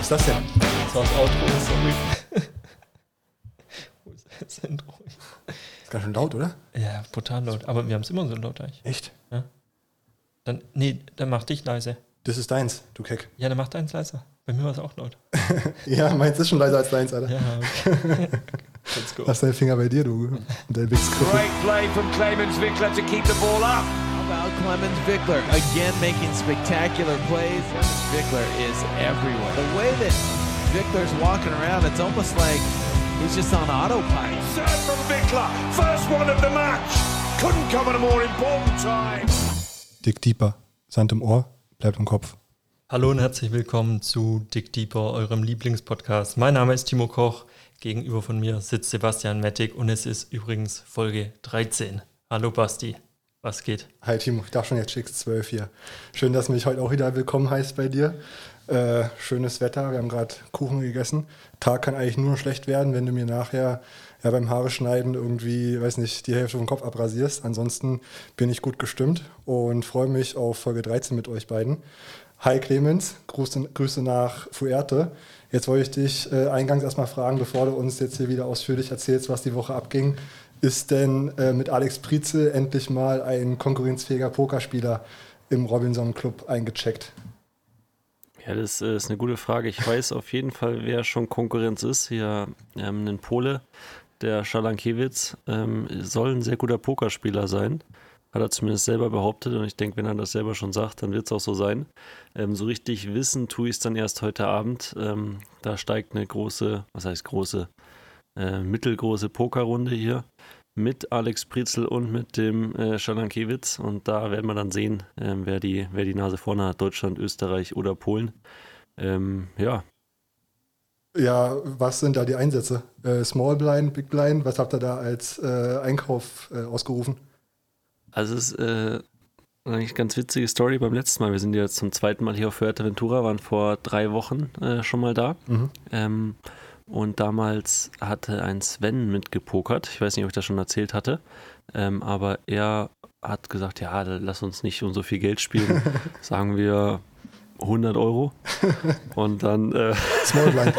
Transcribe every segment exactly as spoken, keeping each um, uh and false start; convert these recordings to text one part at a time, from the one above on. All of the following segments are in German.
Was ist das denn? Das war das Outro, sorry. Wo ist das Intro? Ist ganz schön laut, oder? Ja, brutal laut. Aber wir haben es immer so laut eigentlich. Echt? Ja. Dann, nee, dann mach dich leise. Das ist deins, du Keck. Ja, dann mach deins leiser. Bei mir war es auch laut. Ja, meins ist schon leiser als deins, Alter. Ja, okay. Let's go. Lass deinen Finger bei dir, du. Und dein Wichsgriff. Great play from Clemens Wickler to keep the ball up. How about Clemens Wickler again making spectacular plays? Wickler is everywhere. The way that Wickler's walking around, it's almost like he's just on autopilot. Serve from Wickler, first one of the match. Couldn't come at a more important time. Dick Deeper. Sand im Ohr, bleibt im Kopf. Hallo und herzlich willkommen zu Dick Deeper, eurem Lieblingspodcast. Mein Name ist Timo Koch, gegenüber von mir sitzt Sebastian Mettig und es ist übrigens Folge dreizehn. Hallo Basti, was geht? Hi Timo, ich dachte schon, jetzt schickst zwölf hier. Schön, dass du mich heute auch wieder willkommen heißt bei dir. Äh, schönes Wetter, wir haben gerade Kuchen gegessen. Tag kann eigentlich nur schlecht werden, wenn du mir nachher ja, beim Haare schneiden irgendwie, weiß nicht, die Hälfte vom Kopf abrasierst. Ansonsten bin ich gut gestimmt und freue mich auf Folge dreizehn mit euch beiden. Hi Clemens, Grüße, Grüße nach Fuerte. Jetzt wollte ich dich äh, eingangs erstmal fragen, bevor du uns jetzt hier wieder ausführlich erzählst, was die Woche abging. Ist denn äh, mit Alex Prietzel endlich mal ein konkurrenzfähiger Pokerspieler im Robinson Club eingecheckt? Ja, das ist eine gute Frage. Ich weiß auf jeden Fall, wer schon Konkurrenz ist. Hier ähm, ein Pole, der Szalankiewicz, ähm, soll ein sehr guter Pokerspieler sein. Hat er zumindest selber behauptet und ich denke, wenn er das selber schon sagt, dann wird es auch so sein. Ähm, so richtig wissen tue ich es dann erst heute Abend. Ähm, da steigt eine große, was heißt große, äh, mittelgroße Pokerrunde hier mit Alex Prietzel und mit dem äh, Szalankiewicz und da werden wir dann sehen, äh, wer, die, wer die Nase vorne hat, Deutschland, Österreich oder Polen. Ähm, ja. Ja, was sind da die Einsätze? Äh, Small Blind, Big Blind, was habt ihr da als äh, Einkauf äh, ausgerufen? Also es ist äh, eigentlich eine ganz witzige Story beim letzten Mal. Wir sind ja jetzt zum zweiten Mal hier auf Fuerteventura, waren vor drei Wochen äh, schon mal da. Mhm. Ähm, und damals hatte ein Sven mitgepokert. Ich weiß nicht, ob ich das schon erzählt hatte. Ähm, aber er hat gesagt, ja, lass uns nicht um so viel Geld spielen. Sagen wir hundert Euro. Und dann... Äh, Small Blind.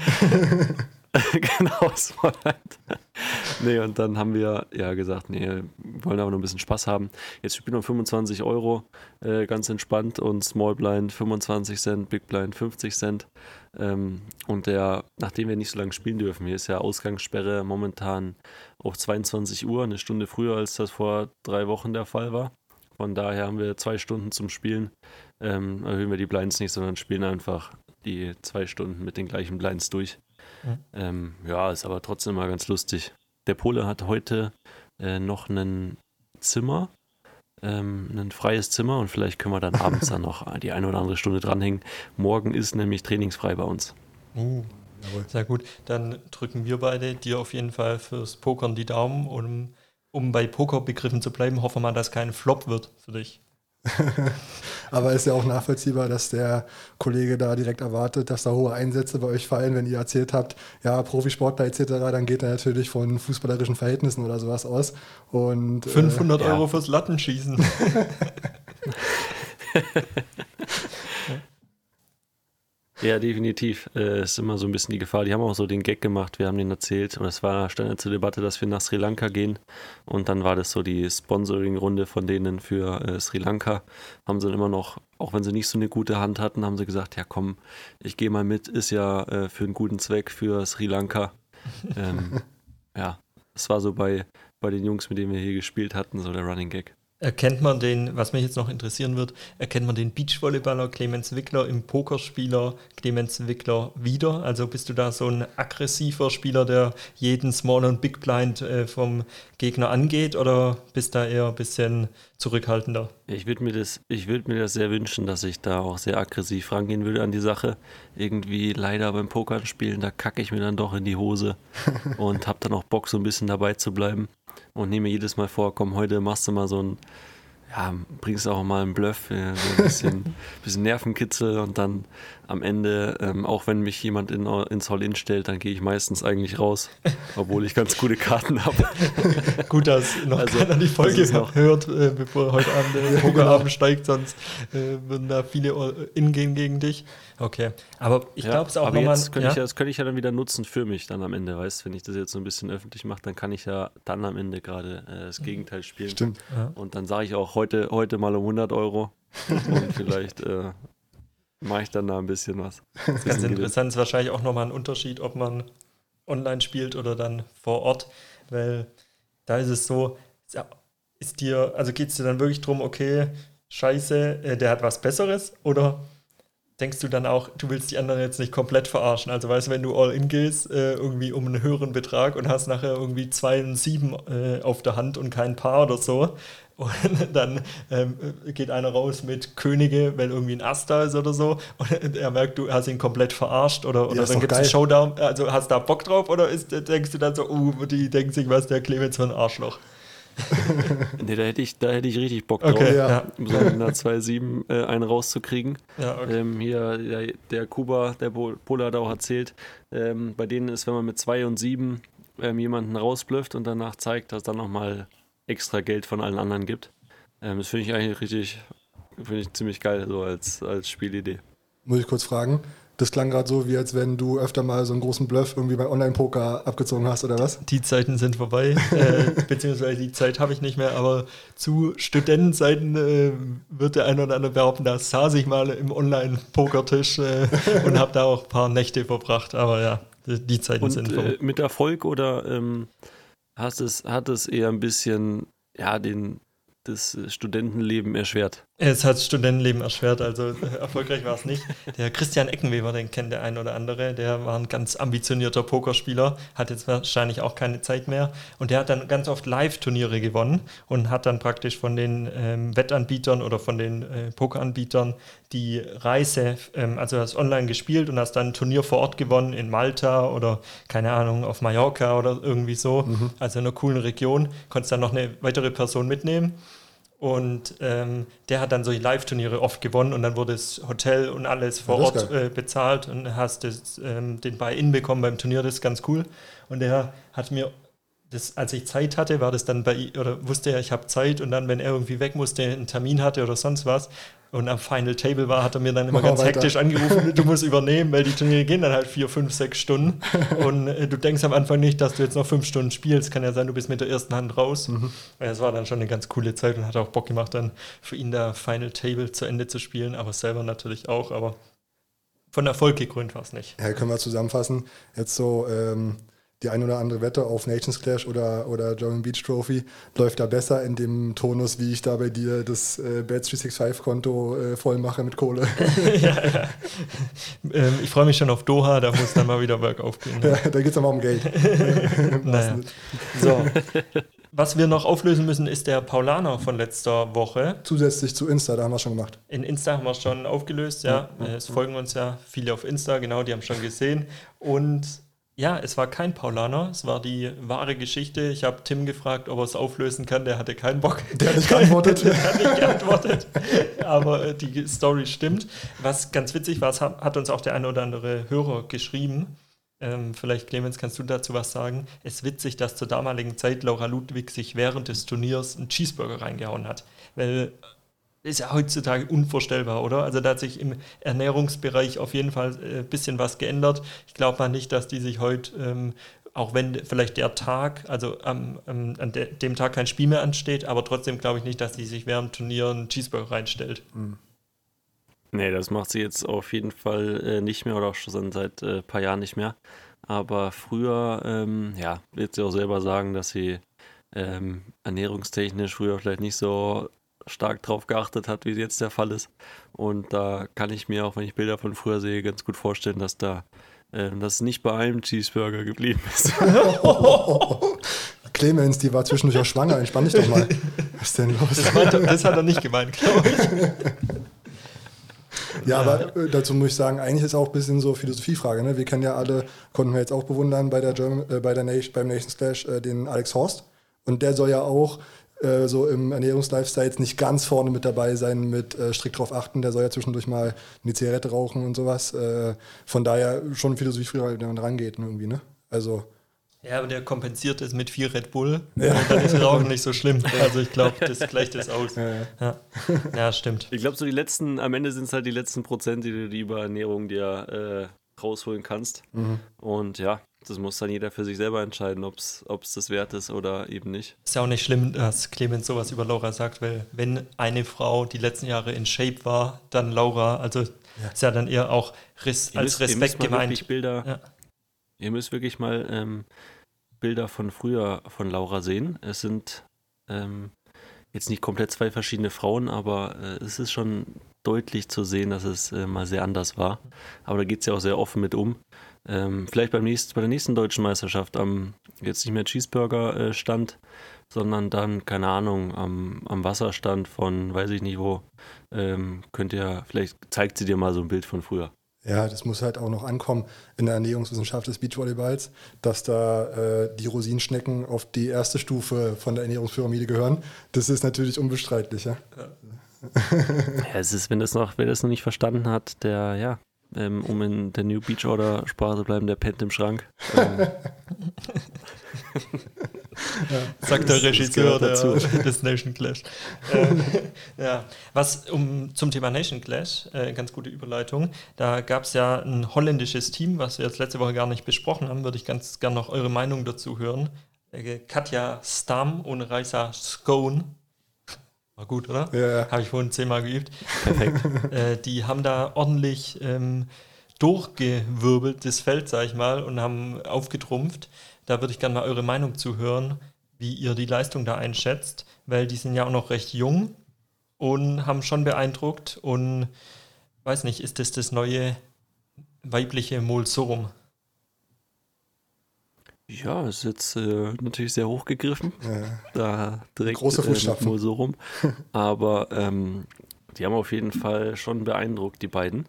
Genau, Small Blind. Nee, und dann haben wir ja gesagt, nee, wir wollen aber noch ein bisschen Spaß haben. Jetzt spielen wir fünfundzwanzig Euro, äh, ganz entspannt und Small Blind fünfundzwanzig Cent, Big Blind fünfzig Cent. Ähm, und der, nachdem wir nicht so lange spielen dürfen, hier ist ja Ausgangssperre momentan auf zweiundzwanzig Uhr, eine Stunde früher, als das vor drei Wochen der Fall war. Von daher haben wir zwei Stunden zum Spielen, ähm, erhöhen wir die Blinds nicht, sondern spielen einfach die zwei Stunden mit den gleichen Blinds durch. Mhm. Ähm, ja, ist aber trotzdem mal ganz lustig. Der Pole hat heute äh, noch ein Zimmer, ähm, ein freies Zimmer und vielleicht können wir dann abends dann noch die eine oder andere Stunde dranhängen. Morgen ist nämlich trainingsfrei bei uns. Uh, sehr gut. Dann drücken wir beide dir auf jeden Fall fürs Pokern die Daumen, um, um bei Pokerbegriffen zu bleiben. Hoffen wir mal, dass kein Flop wird für dich. Aber ist ja auch nachvollziehbar, dass der Kollege da direkt erwartet, dass da hohe Einsätze bei euch fallen, wenn ihr erzählt habt, ja, Profisportler et cetera, dann geht er natürlich von fußballerischen Verhältnissen oder sowas aus. Und, fünfhundert äh, Euro ja. fürs Lattenschießen. Ja, definitiv. Äh, ist immer so ein bisschen die Gefahr. Die haben auch so den Gag gemacht, wir haben denen erzählt und es war stand ja zur Debatte, dass wir nach Sri Lanka gehen und dann war das so die Sponsoring-Runde von denen für äh, Sri Lanka. Haben sie dann immer noch, auch wenn sie nicht so eine gute Hand hatten, haben sie gesagt, ja komm, ich gehe mal mit, ist ja äh, für einen guten Zweck für Sri Lanka. ähm, ja, es war so bei, bei den Jungs, mit denen wir hier gespielt hatten, so der Running Gag. Erkennt man den, was mich jetzt noch interessieren wird, erkennt man den Beachvolleyballer Clemens Wickler im Pokerspieler Clemens Wickler wieder? Also bist du da so ein aggressiver Spieler, der jeden Small und Big Blind äh, vom Gegner angeht oder bist da eher ein bisschen zurückhaltender? Ich würde mir das, ich würde mir das sehr wünschen, dass ich da auch sehr aggressiv rangehen würde an die Sache. Irgendwie leider beim Pokern spielen, da kacke ich mir dann doch in die Hose und habe dann auch Bock, so ein bisschen dabei zu bleiben. Und nehme mir jedes Mal vor, komm, heute machst du mal so ein, ja, bringst auch mal einen Bluff, ja, so ein bisschen, bisschen Nervenkitzel und dann am Ende, ähm, auch wenn mich jemand in, ins All-In stellt, dann gehe ich meistens eigentlich raus, obwohl ich ganz gute Karten habe. Gut, dass noch Also, keiner die Folge das ist noch- hört, äh, bevor heute Abend der Pokerabend steigt, sonst äh, würden da viele All-In gehen gegen dich. Okay, aber ich Ja, glaube es auch aber nochmal. jetzt könnte Ja? ich, ja- das könnte ich ja dann wieder nutzen für mich dann am Ende, weißt, wenn ich das jetzt so ein bisschen öffentlich mache, dann kann ich ja dann am Ende gerade äh, das Gegenteil spielen. Stimmt. Und dann sage ich auch heute, heute mal um hundert Euro und vielleicht äh, mache ich dann da ein bisschen was. Ein Ganz bisschen Gewinn. interessant ist wahrscheinlich auch nochmal ein Unterschied, ob man online spielt oder dann vor Ort, weil da ist es so, ja, ist dir, also geht es dir dann wirklich drum, okay, scheiße, äh, der hat was Besseres, oder denkst du dann auch, du willst die anderen jetzt nicht komplett verarschen? Also weißt du, wenn du All-In gehst, äh, irgendwie um einen höheren Betrag und hast nachher irgendwie zwei und sieben äh, auf der Hand und kein Paar oder so, und dann ähm, geht einer raus mit Könige, weil irgendwie ein Ass da ist oder so, und er merkt, du hast ihn komplett verarscht, oder, oder ist dann doch gibt es einen geil. Showdown, also hast du da Bock drauf, oder ist, denkst du dann so, uh, die denken sich, was, der Clemens für ein Arschloch? Nee, da hätte ich, da hätte ich richtig Bock drauf, Okay, ja. ja. um so in einer zwei sieben äh, einen rauszukriegen. Ja, okay. Ähm, hier, der, der Kuba, der Bo- Pola hat auch erzählt, ähm, bei denen ist, wenn man mit zwei und sieben ähm, jemanden rausblufft und danach zeigt, dass es dann nochmal extra Geld von allen anderen gibt. Ähm, das finde ich eigentlich richtig, finde ich ziemlich geil, so als, als Spielidee. Muss ich kurz fragen. Das klang gerade so, wie als wenn du öfter mal so einen großen Bluff irgendwie bei Online-Poker abgezogen hast, oder was? Die Zeiten sind vorbei, äh, beziehungsweise die Zeit habe ich nicht mehr, aber zu Studentenzeiten äh, wird der eine oder andere behaupten, da saß ich mal im Online-Pokertisch äh, und habe da auch ein paar Nächte verbracht, aber ja, die, die Zeiten Und sind vorbei. äh, mit Erfolg oder ähm, hast es, hat es eher ein bisschen ja, den, das Studentenleben erschwert? Es hat das Studentenleben erschwert, also äh, erfolgreich war es nicht. Der Christian Eckenweber, den kennt der ein oder andere, der war ein ganz ambitionierter Pokerspieler, hat jetzt wahrscheinlich auch keine Zeit mehr, und der hat dann ganz oft Live-Turniere gewonnen und hat dann praktisch von den ähm, Wettanbietern oder von den äh, Pokeranbietern die Reise, ähm, also hast online gespielt und hast dann ein Turnier vor Ort gewonnen in Malta oder keine Ahnung, auf Mallorca oder irgendwie so, also in einer coolen Region, konntest dann noch eine weitere Person mitnehmen. Und ähm, der hat dann solche Live-Turniere oft gewonnen, und dann wurde das Hotel und alles vor Ja, das ist Ort äh, bezahlt, und hast das, ähm, den Buy-in bekommen beim Turnier, das ist ganz cool. Und der hat mir, das, als ich Zeit hatte, war das dann bei i- oder wusste er, ich habe Zeit, und dann, wenn er irgendwie weg musste, einen Termin hatte oder sonst was und am Final Table war, hat er mir dann immer Mach mal ganz weiter. hektisch angerufen, du musst übernehmen, weil die Turniere gehen dann halt vier, fünf, sechs Stunden, und äh, du denkst am Anfang nicht, dass du jetzt noch fünf Stunden spielst, kann ja sein, du bist mit der ersten Hand raus. Mhm. Ja, es war dann schon eine ganz coole Zeit und hat auch Bock gemacht, dann für ihn da Final Table zu Ende zu spielen, aber selber natürlich auch, aber von Erfolg gekrönt war es nicht. Ja, können wir zusammenfassen. Jetzt so ähm, die ein oder andere Wette auf Nations Clash oder, oder German Beach Trophy läuft da besser in dem Tonus, wie ich da bei dir das äh, Bet drei sechs fünf Konto äh, voll mache mit Kohle. ja, ja. Ähm, ich freue mich schon auf Doha, da muss dann mal wieder bergauf gehen. Ja, da geht es aber um Geld. Naja. So. Was wir noch auflösen müssen, ist der Paulaner von letzter Woche. Zusätzlich zu Insta, da haben wir es schon gemacht. In Insta haben wir es schon aufgelöst, ja. Äh, Es folgen uns ja viele auf Insta, genau, die haben es schon gesehen. Und ja, es war kein Paulaner, es war die wahre Geschichte. Ich habe Tim gefragt, ob er es auflösen kann, der hatte keinen Bock. Der hat nicht geantwortet. der hat nicht geantwortet, aber äh, die Story stimmt. Was ganz witzig war, es hat, hat uns auch der eine oder andere Hörer geschrieben. Ähm, vielleicht, Clemens, kannst du dazu was sagen? Es ist witzig, dass zur damaligen Zeit Laura Ludwig sich während des Turniers einen Cheeseburger reingehauen hat. Weil ist ja heutzutage unvorstellbar, oder? Also da hat sich im Ernährungsbereich auf jeden Fall ein äh, bisschen was geändert. Ich glaube mal nicht, dass die sich heute, ähm, auch wenn vielleicht der Tag, also am, ähm, an de dem Tag kein Spiel mehr ansteht, aber trotzdem glaube ich nicht, dass die sich während dem Turnier einen Cheeseburger reinstellt. Nee, das macht sie jetzt auf jeden Fall äh, nicht mehr oder auch schon seit ein äh, paar Jahren nicht mehr. Aber früher, ähm, ja, wird sie auch selber sagen, dass sie ähm, ernährungstechnisch früher vielleicht nicht so stark drauf geachtet hat, wie jetzt der Fall ist. Und da kann ich mir, auch wenn ich Bilder von früher sehe, ganz gut vorstellen, dass da ähm, dass es nicht bei einem Cheeseburger geblieben ist. Clemens, die war zwischendurch auch schwanger, entspann dich doch mal. Was ist denn los? Das, meint er, das hat er nicht gemeint, glaube ich. Ja, aber äh, dazu muss ich sagen, eigentlich ist auch ein bisschen so Philosophiefrage. Ne? Wir kennen ja alle, konnten wir jetzt auch bewundern bei der German, äh, bei der Nation, beim Nations Clash äh, den Alex Horst. Und der soll ja auch äh, so im Ernährungslifestyle jetzt nicht ganz vorne mit dabei sein, mit äh, strikt drauf achten, der soll ja zwischendurch mal eine Zigarette rauchen und sowas. Äh, von daher schon Philosophie früher, wenn man rangeht irgendwie, ne? Also ja, aber der kompensiert es mit viel Red Bull. Ja. Und dann ist Rauchen nicht so schlimm. Also ich glaube, das gleicht das aus. Ja, ja. Ja. Ja, stimmt. Ich glaube, so die letzten, am Ende sind es halt die letzten Prozent, die du die über Ernährung dir äh, rausholen kannst. Mhm. Und ja, das muss dann jeder für sich selber entscheiden, ob es das wert ist oder eben nicht. Ist ja auch nicht schlimm, dass Clemens sowas über Laura sagt, weil wenn eine Frau die letzten Jahre in Shape war, dann Laura. Also ja. Ist ja dann eher auch res- als müsst, Respekt gemeint. Bilder, ja. Ihr müsst wirklich mal ähm, Bilder von früher von Laura sehen. Es sind ähm, jetzt nicht komplett zwei verschiedene Frauen, aber äh, es ist schon deutlich zu sehen, dass es äh, mal sehr anders war. Aber da geht es ja auch sehr offen mit um. Ähm, vielleicht beim nächsten, bei der nächsten deutschen Meisterschaft am jetzt nicht mehr Cheeseburger-Stand, äh, sondern dann, keine Ahnung, am, am Wasserstand von, weiß ich nicht wo, ähm, könnt ihr, vielleicht zeigt sie dir mal so ein Bild von früher. Ja, das muss halt auch noch ankommen in der Ernährungswissenschaft des Beachvolleyballs, dass da äh, die Rosinenschnecken auf die erste Stufe von der Ernährungspyramide gehören. Das ist natürlich unbestreitlich, ja. Ja, es ist, wenn das noch, wer das noch nicht verstanden hat, der, ja, ähm, um in der New Beach Order Sprache zu bleiben, der pennt im Schrank. Ähm. Ja, sagt der Regisseur der, des Nation Clash. ähm, ja. Was um zum Thema Nation Clash, äh, ganz gute Überleitung, da gab es ja ein holländisches Team, was wir jetzt letzte Woche gar nicht besprochen haben, würde ich ganz gerne noch eure Meinung dazu hören. Äh, Katja Stam und Reisa Schoon. War gut, oder? Ja, ja. Habe ich vorhin zehnmal geübt. Perfekt. äh, die haben da ordentlich ähm, durchgewirbelt, das Feld, sag ich mal, und haben aufgetrumpft. Da würde ich gerne mal eure Meinung zu hören, wie ihr die Leistung da einschätzt, weil die sind ja auch noch recht jung und haben schon beeindruckt und weiß nicht, ist das das neue weibliche Molsorum? Ja, ist jetzt äh, natürlich sehr hochgegriffen, ja. Da direkt große Fußstapfen. Äh, Molsorum, aber ähm, die haben auf jeden Fall schon beeindruckt, die beiden.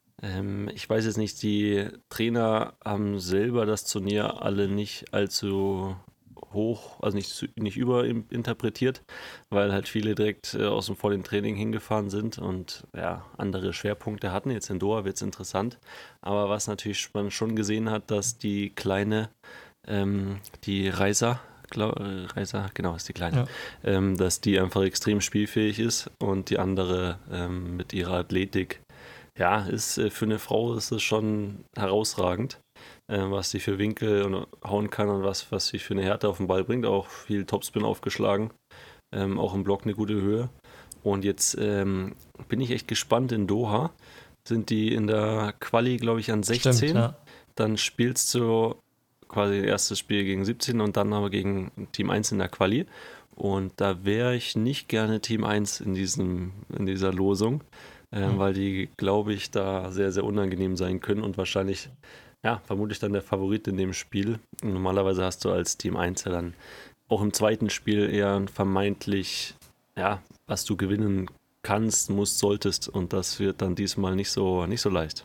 Ähm, ich weiß jetzt nicht, die Trainer haben selber das Turnier alle nicht allzu hoch, also nicht, nicht überinterpretiert, weil halt viele direkt äh, aus dem vor dem Training hingefahren sind und ja, andere Schwerpunkte hatten. Jetzt in Doha wird es interessant, aber was natürlich man schon gesehen hat, dass die kleine, ähm, die Reisa, glaub, äh, Reisa, genau, ist die kleine, ja. ähm, dass die einfach extrem spielfähig ist und die andere ähm, mit ihrer Athletik, ja, ist äh, für eine Frau ist es schon herausragend, äh, was sie für Winkel und, hauen kann und was, was sie für eine Härte auf den Ball bringt. Auch viel Topspin aufgeschlagen, ähm, auch im Block eine gute Höhe. Und jetzt ähm, bin ich echt gespannt, in Doha sind die in der Quali, glaube ich, an sechzehn. Stimmt, ja. Dann spielst du quasi erstes Spiel gegen siebzehn und dann aber gegen Team eins in der Quali. Und da wäre ich nicht gerne Team eins in, diesem, in dieser Losung. Ähm, mhm. Weil die, glaube ich, da sehr, sehr unangenehm sein können und wahrscheinlich, ja, vermutlich dann der Favorit in dem Spiel. Und normalerweise hast du als Team eins ja dann auch im zweiten Spiel eher vermeintlich, ja, was du gewinnen kannst, musst, solltest und das wird dann diesmal nicht so, nicht so leicht.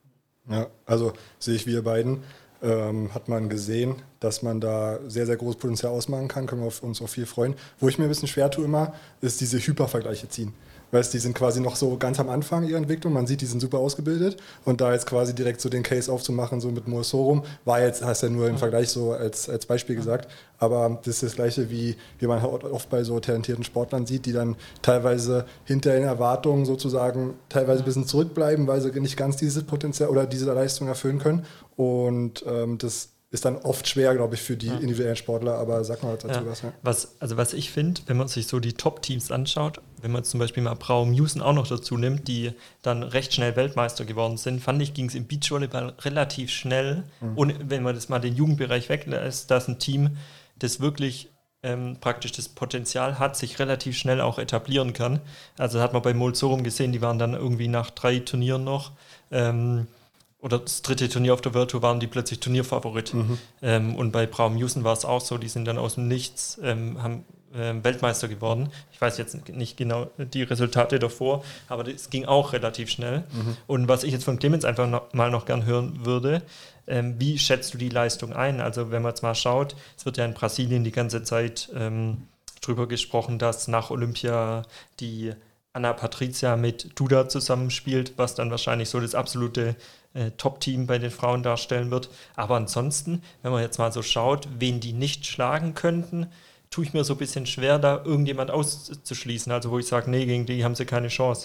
Ja, also sehe ich wie ihr beiden, ähm, hat man gesehen, dass man da sehr, sehr großes Potenzial ausmachen kann, können wir auf, uns auf viel freuen. Wo ich mir ein bisschen schwer tue immer, ist diese Hypervergleiche ziehen. Weißt, die sind quasi noch so ganz am Anfang ihrer Entwicklung. Man sieht, die sind super ausgebildet. Und da jetzt quasi direkt so den Case aufzumachen, so mit Molsorum, war jetzt, hast du ja nur im Vergleich so als, als Beispiel gesagt. Aber das ist das Gleiche, wie, wie man oft bei so talentierten Sportlern sieht, die dann teilweise hinter den Erwartungen sozusagen teilweise ein bisschen zurückbleiben, weil sie nicht ganz dieses Potenzial oder diese Leistung erfüllen können. Und ähm, das ist dann oft schwer, glaube ich, für die ja. individuellen Sportler, aber sag mal dazu ja. was. Ja. was. Also was ich finde, wenn man sich so die Top-Teams anschaut, wenn man zum Beispiel mal Braum Houston auch noch dazu nimmt, die dann recht schnell Weltmeister geworden sind, fand ich, ging es im Beachvolleyball relativ schnell. Mhm. Und wenn man das mal den Jugendbereich weglässt, da ist ein Team, das wirklich ähm, praktisch das Potenzial hat, sich relativ schnell auch etablieren kann. Also hat man bei Molsorum gesehen, die waren dann irgendwie nach drei Turnieren noch ähm, oder das dritte Turnier auf der World Tour waren die plötzlich Turnierfavorit. Mhm. Ähm, und bei Braum Houston war es auch so, die sind dann aus dem Nichts, ähm, haben ähm, Weltmeister geworden. Ich weiß jetzt nicht genau die Resultate davor, aber es ging auch relativ schnell. Mhm. Und was ich jetzt von Clemens einfach noch, mal noch gern hören würde, ähm, wie schätzt du die Leistung ein? Also wenn man jetzt mal schaut, es wird ja in Brasilien die ganze Zeit ähm, drüber gesprochen, dass nach Olympia die Anna Patricia mit Duda zusammenspielt, was dann wahrscheinlich so das absolute äh, Top-Team bei den Frauen darstellen wird. Aber ansonsten, wenn man jetzt mal so schaut, wen die nicht schlagen könnten, tue ich mir so ein bisschen schwer, da irgendjemand auszuschließen. Also wo ich sage, nee, gegen die haben sie keine Chance.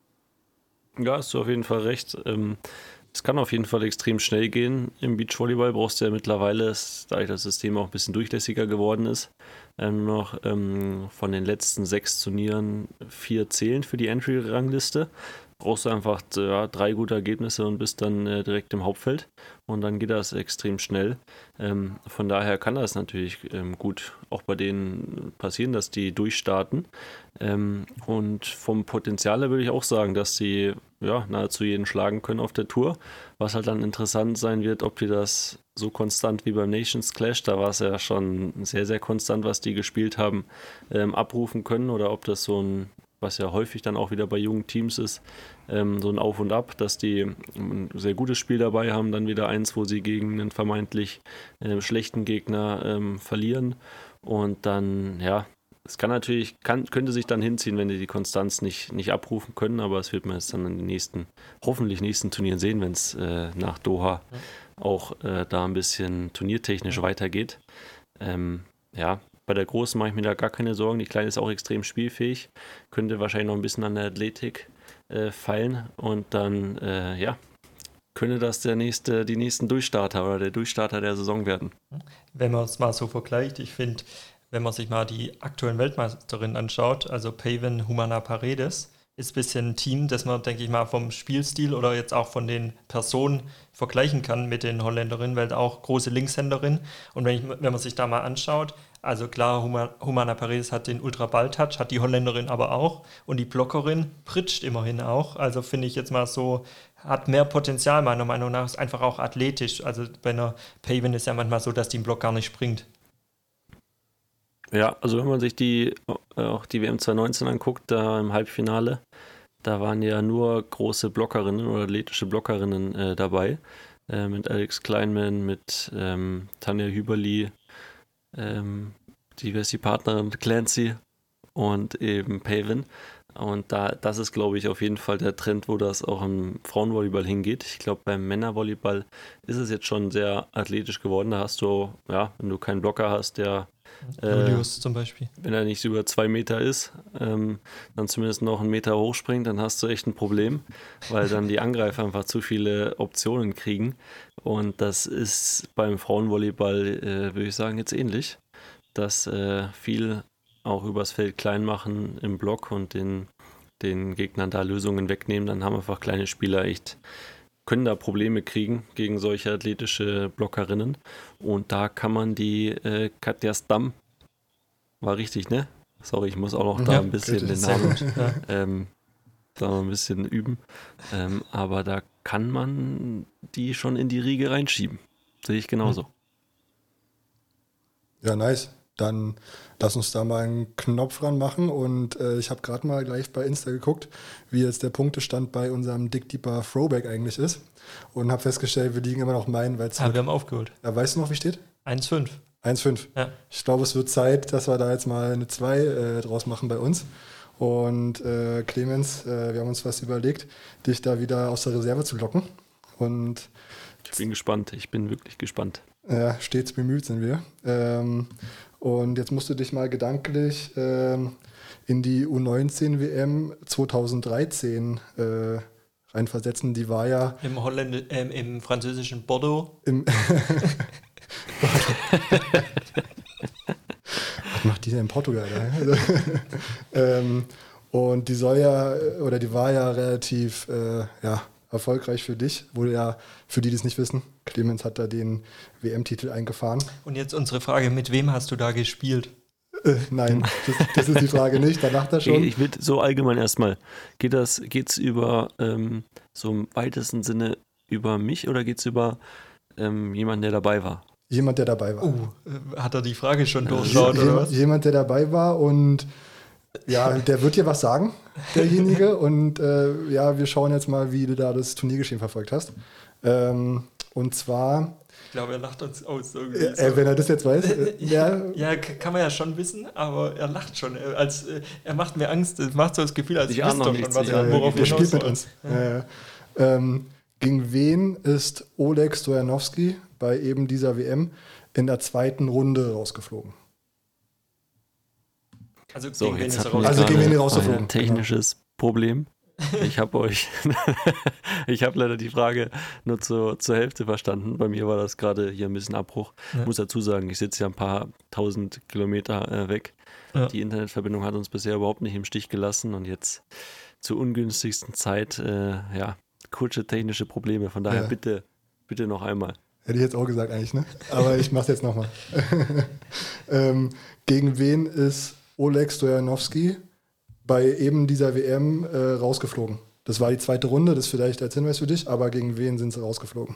Ja, hast du auf jeden Fall recht. Ähm, es kann auf jeden Fall extrem schnell gehen. Im Beachvolleyball brauchst du ja mittlerweile, da das System auch ein bisschen durchlässiger geworden ist, ähm, noch ähm, von den letzten sechs Turnieren vier zählen für die Entry-Rangliste. Brauchst du einfach ja, drei gute Ergebnisse und bist dann äh, direkt im Hauptfeld. Und dann geht das extrem schnell. Ähm, von daher kann das natürlich ähm, gut auch bei denen passieren, dass die durchstarten. Ähm, und vom Potenzial her würde ich auch sagen, dass sie ja, nahezu jeden schlagen können auf der Tour. Was halt dann interessant sein wird, ob die das so konstant wie beim Nations Clash, da war es ja schon sehr, sehr konstant, was die gespielt haben, ähm, abrufen können oder ob das so ein, was ja häufig dann auch wieder bei jungen Teams ist, ähm, so ein Auf und Ab, dass die ein sehr gutes Spiel dabei haben, dann wieder eins, wo sie gegen einen vermeintlich äh, schlechten Gegner ähm, verlieren und dann, ja, es kann natürlich, kann, könnte sich dann hinziehen, wenn die die Konstanz nicht, nicht abrufen können, aber es wird man jetzt dann in den nächsten, hoffentlich nächsten Turnieren sehen, wenn es äh, nach Doha ja. auch äh, da ein bisschen turniertechnisch ja. weitergeht. Ähm, ja, bei der Großen mache ich mir da gar keine Sorgen. Die Kleine ist auch extrem spielfähig, könnte wahrscheinlich noch ein bisschen an der Athletik äh, feilen und dann, äh, ja, könnte das der nächste, die nächsten Durchstarter oder der Durchstarter der Saison werden. Wenn man es mal so vergleicht, ich finde, wenn man sich mal die aktuellen Weltmeisterinnen anschaut, also Paven Humana Paredes, ist ein bisschen ein Team, das man, denke ich mal, vom Spielstil oder jetzt auch von den Personen vergleichen kann mit den Holländerinnen, weil auch große Linkshänderin. Und wenn, ich, wenn man sich da mal anschaut, also klar, Humana Paredes hat den Ultra-Ball-Touch, hat die Holländerin aber auch. Und die Blockerin pritscht immerhin auch. Also finde ich jetzt mal so, hat mehr Potenzial meiner Meinung nach, ist einfach auch athletisch. Also bei einer Paven ist ja manchmal so, dass die im Block gar nicht springt. Ja, also wenn man sich die auch die W M zwanzig neunzehn anguckt, da im Halbfinale, da waren ja nur große Blockerinnen oder athletische Blockerinnen äh, dabei. Äh, mit Alex Kleinman, mit ähm, Tanja Hüberli, ähm, die, wer ist die Partnerin, Clancy und eben Paven. Und da, das ist, glaube ich, auf jeden Fall der Trend, wo das auch im Frauenvolleyball hingeht. Ich glaube, beim Männervolleyball ist es jetzt schon sehr athletisch geworden. Da hast du, ja, wenn du keinen Blocker hast, der Julius äh, zum Beispiel. Wenn er nicht über zwei Meter ist, ähm, dann zumindest noch einen Meter hochspringt, dann hast du echt ein Problem, weil dann die Angreifer einfach zu viele Optionen kriegen. Und das ist beim Frauenvolleyball, äh, würde ich sagen, jetzt ähnlich, dass äh, viel auch übers Feld klein machen im Block und den, den Gegnern da Lösungen wegnehmen. Dann haben einfach kleine Spieler echt, können da Probleme kriegen gegen solche athletische Blockerinnen. Und da kann man die äh, Katja Stamm, war richtig, ne? Sorry, ich muss auch noch da ja, ein bisschen den Namen ja. ähm, da noch ein bisschen üben. Ähm, aber da kann man die schon in die Riege reinschieben. Sehe ich genauso. Ja, nice. Dann lass uns da mal einen Knopf ran machen und äh, ich habe gerade mal gleich bei Insta geguckt, wie jetzt der Punktestand bei unserem Dick Deeper Throwback eigentlich ist und habe festgestellt, wir liegen immer noch meinen, weil es... Ah, wir haben aufgeholt. Ja, weißt du noch, wie steht? eins fünf. eins fünf. Ja. Ich glaube, es wird Zeit, dass wir da jetzt mal eine zwei äh, draus machen bei uns. Und äh, Clemens, äh, wir haben uns was überlegt, dich da wieder aus der Reserve zu locken. Und ich bin gespannt, ich bin wirklich gespannt. Ja, stets bemüht sind wir. Ähm, und jetzt musst du dich mal gedanklich ähm, in die U neunzehn W M zweitausenddreizehn äh, reinversetzen. Die war ja... Im, Holländ äh, im französischen Bordeaux. Im Was macht die denn in Portugal? ähm, und die soll ja, oder die war ja relativ äh, ja, erfolgreich für dich. Wurde ja, für die, die es nicht wissen, Clemens hat da den W M-Titel eingefahren. Und jetzt unsere Frage, mit wem hast du da gespielt? Äh, nein, das, das ist die Frage nicht, danach da schon. Ich will so allgemein erstmal, geht das, geht's über, ähm, so im weitesten Sinne über mich oder geht's über ähm, jemanden, der dabei war? Jemand, der dabei war. Uh, hat er die Frage schon durchschaut, Je, oder was? Jemand, der dabei war und ja, der wird dir was sagen, derjenige. Und äh, ja, wir schauen jetzt mal, wie du da das Turniergeschehen verfolgt hast. Ähm, Und zwar, Ich glaube, er lacht uns aus irgendwie. äh, wenn er das jetzt weiß, äh, ja, Ja, k- kann man ja schon wissen, aber er lacht schon. Er, als, äh, er macht mir Angst, es macht so das Gefühl, als Ich ich ahne wüsste noch doch schon, nichts, was ich er ahne worauf der hinaus spielt mit soll. uns. Ja. Ja. Ähm, gegen wen ist Oleg Stojanowski bei eben dieser W M in der zweiten Runde rausgeflogen? Also So, gegen wen jetzt ist er hatten wir raus? Also gegen gerade wen ihr rausgeflogen, ein technisches Problem. Ich habe euch, ich habe leider die Frage nur zu, zur Hälfte verstanden. Bei mir war das gerade hier ein bisschen Abbruch. Ja. Ich muss dazu sagen, ich sitze ja ein paar tausend Kilometer äh, weg. Ja. Die Internetverbindung hat uns bisher überhaupt nicht im Stich gelassen und jetzt zur ungünstigsten Zeit, äh, ja, kurze technische Probleme. Von daher Ja. bitte, bitte noch einmal. Hätte ich jetzt auch gesagt eigentlich, ne? Aber ich mach's jetzt nochmal. ähm, gegen wen ist Oleg Stojanowski bei eben dieser W M äh, rausgeflogen? Das war die zweite Runde, das ist vielleicht als Hinweis für dich, aber gegen wen sind sie rausgeflogen?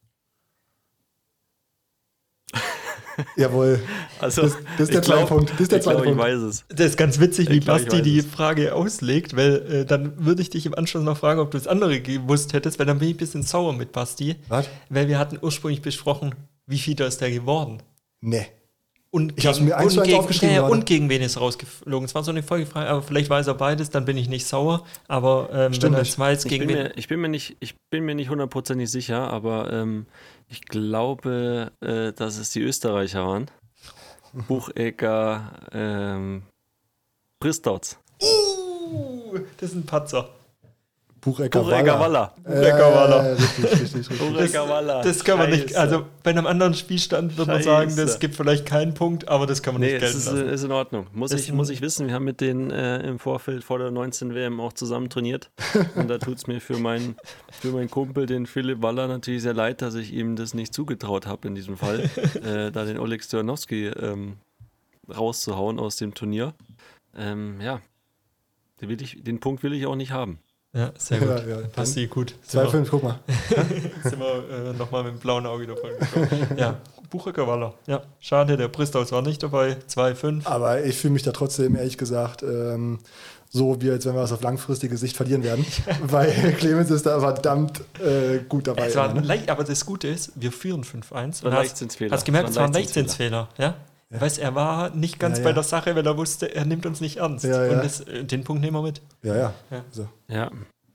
Jawohl. Also, Das, das ist der ich zweite glaub- Punkt. Das ist der ich zweite glaube, ich Punkt. weiß es. Das ist ganz witzig, wie Ich glaub, ich Basti weiß die es. Frage auslegt, weil äh, dann würde ich dich im Anschluss noch fragen, ob du das andere gewusst hättest, weil dann bin ich ein bisschen sauer mit Basti. Was? Weil wir hatten ursprünglich besprochen, wie viel da ist der geworden. Nee. Und Ich hab's mir eins und zu eins gegen, aufgeschrieben ja, ja, gerade. und gegen wen ist er rausgeflogen? Es war so eine Folgefrage, aber vielleicht weiß er beides, dann bin ich nicht sauer. Aber ähm, wenn Stimmt er nicht. jetzt weiß, Ich gegen bin, wen. mir, ich, bin mir nicht, ich bin mir nicht hundertprozentig sicher, aber ähm, ich glaube, äh, dass es die Österreicher waren. Buchecker, ähm, Pristotz. Uh, das ist ein Patzer. Buchecker Buchecker Waller. Waller. Buchecker Waller. Äh, richtig, richtig, richtig. Buchecker Waller. Das kann man nicht, Scheiße. also bei einem anderen Spielstand würde man Scheiße. sagen, das gibt vielleicht keinen Punkt, aber das kann man Nee, nicht das gelten ist, lassen. ist in Ordnung. Muss Das ich, ist muss ein- ich wissen, wir haben mit denen äh, im Vorfeld vor der neunzehn W M auch zusammen trainiert. Und da tut es mir für, mein, für meinen Kumpel, den Philipp Waller, natürlich sehr leid, dass ich ihm das nicht zugetraut habe in diesem Fall, äh, da den Oleg Stojanowski ähm, rauszuhauen aus dem Turnier. Ähm, ja, den, will ich, den Punkt will ich auch nicht haben. Ja, sehr gut. Ja, ja. Basti, gut. zwei fünf, guck mal. Sind wir äh, nochmal mit dem blauen Auge davon gekommen. Ja, Buchecker Waller. Ja, schade, der Pristhaus war nicht dabei. zwei fünf. Aber ich fühle mich da trotzdem, ehrlich gesagt, ähm, so wie als wenn wir das auf langfristige Sicht verlieren werden. Weil Clemens ist da verdammt äh, gut dabei. Es war immer, ne? leicht, aber das Gute ist, wir führen fünf eins. war ein Und hast, Leichtsinnsfehler. hast gemerkt, es Es war war ein ein Leichtsinnsfehler. Ja? Ja. Weißt, er war nicht ganz Ja, bei ja. der Sache, weil er wusste, er nimmt uns nicht ernst. Ja, ja. Und das, äh, den Punkt nehmen wir mit. Ja, ja. Ja. So. Ja,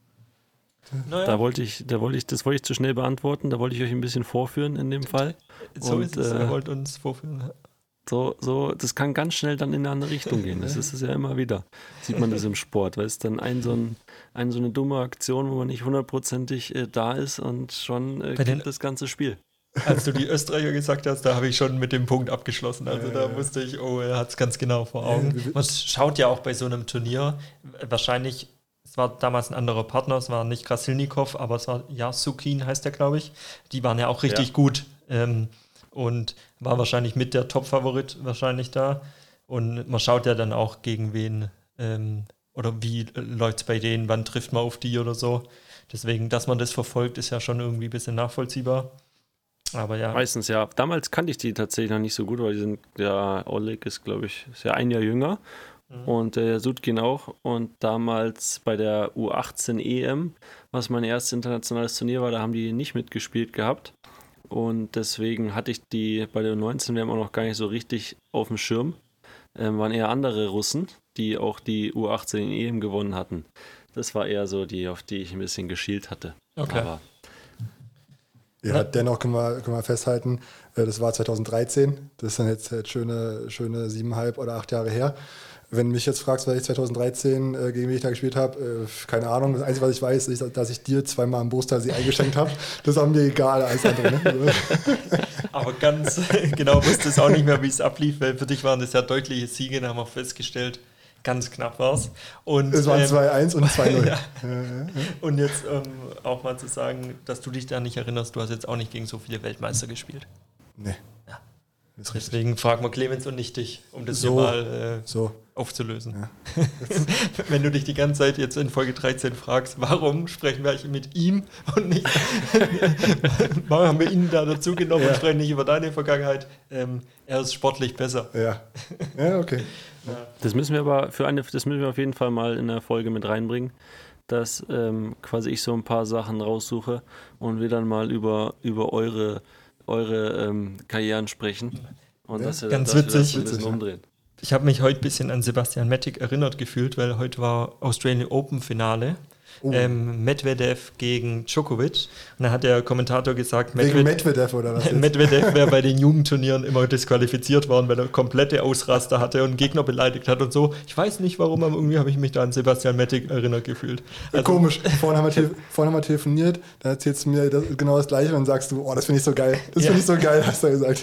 Naja, da wollte ich, da wollte ich, das wollte ich zu schnell beantworten, da wollte ich euch ein bisschen vorführen in dem Fall. so und, ist es. äh, Er wollte uns vorführen. So, so, das kann ganz schnell dann in eine andere Richtung gehen. Das ist es ja immer wieder. Sieht man das im Sport, weil es dann ein so, ein, ein so eine dumme Aktion, wo man nicht hundertprozentig äh, da ist und schon äh, Bei den- kippt das ganze Spiel. Als du die Österreicher gesagt hast, da habe ich schon mit dem Punkt abgeschlossen. Also da wusste ich, oh, er hat es ganz genau vor Augen. wie- Man schaut ja auch bei so einem Turnier, wahrscheinlich, es war damals ein anderer Partner, es war nicht Krasilnikow, aber es war Jasukin, heißt der, glaube ich. Die waren ja auch richtig Ja. gut ähm, und war wahrscheinlich mit der Top-Favorit wahrscheinlich da. Und man schaut ja dann auch, gegen wen ähm, oder wie läuft es bei denen, wann trifft man auf die oder so. Deswegen, dass man das verfolgt, ist ja schon irgendwie ein bisschen nachvollziehbar. Aber ja. Meistens, ja. Damals kannte ich die tatsächlich noch nicht so gut, weil die sind, ja, Oleg ist, glaube ich, ist ja ein Jahr jünger und äh, Sutkin auch. Und damals bei der U achtzehn E M, was mein erstes internationales Turnier war, da haben die nicht mitgespielt gehabt. Und deswegen hatte ich die bei der U neunzehn W M auch noch gar nicht so richtig auf dem Schirm. Ähm, waren eher andere Russen, die auch die U achtzehn E M gewonnen hatten. Das war eher so die, auf die ich ein bisschen geschielt hatte. Okay. Aber Ja, dennoch können wir, können wir festhalten, äh, das war zweitausenddreizehn. Das ist dann jetzt halt schöne, schöne siebeneinhalb oder acht Jahre her. Wenn du mich jetzt fragst, weil ich zweitausenddreizehn äh, gegen wen ich da gespielt habe, äh, keine Ahnung. Das Einzige, was ich weiß, ist, dass ich dir zweimal am Booster-See eingeschenkt habe. Das war mir egal, alles andere. Ne? Aber ganz genau wusste es auch nicht mehr, wie es ablief, weil für dich waren das ja deutliche Siege, da haben wir festgestellt, ganz knapp war es. Es waren zwei eins und zwei null. ja. Und jetzt ähm, auch mal zu sagen, dass du dich da nicht erinnerst, du hast jetzt auch nicht gegen so viele Weltmeister gespielt. Nee. Ja. Das ist richtig. Deswegen fragen wir Clemens und nicht dich, um das So. hier mal äh, So. aufzulösen. Ja. Wenn du dich die ganze Zeit jetzt in Folge dreizehn fragst, warum sprechen wir eigentlich mit ihm und nicht, warum haben wir ihn da dazu genommen Ja. und sprechen nicht über deine Vergangenheit, ähm, er ist sportlich besser. Ja. Ja, okay. das müssen wir aber für eine, das müssen wir auf jeden Fall mal in der Folge mit reinbringen. dass ähm, quasi ich so ein paar Sachen raussuche und wir dann mal über, über eure, eure ähm, Karrieren sprechen und Ja, dass wir, ganz dass wir das witzig. so ein bisschen Witzig, ja. umdrehen. Ich habe mich heute ein bisschen an Sebastian Matic erinnert gefühlt, weil heute war Australian Open Finale. Oh. Ähm, Medvedev gegen Djokovic. Und da hat der Kommentator gesagt, Wegen Medved- Medvedev oder was? jetzt? Medvedev wäre bei den Jugendturnieren immer disqualifiziert worden, weil er komplette Ausraster hatte und Gegner beleidigt hat und so. Ich weiß nicht warum, aber irgendwie habe ich mich da an Sebastian Matic erinnert gefühlt. Also, Komisch. Vorhin haben, wir te- vorhin haben wir telefoniert, da erzählst du mir das, genau das Gleiche und dann sagst du, oh, das finde ich so geil. Das Ja. finde ich so geil, hast du gesagt.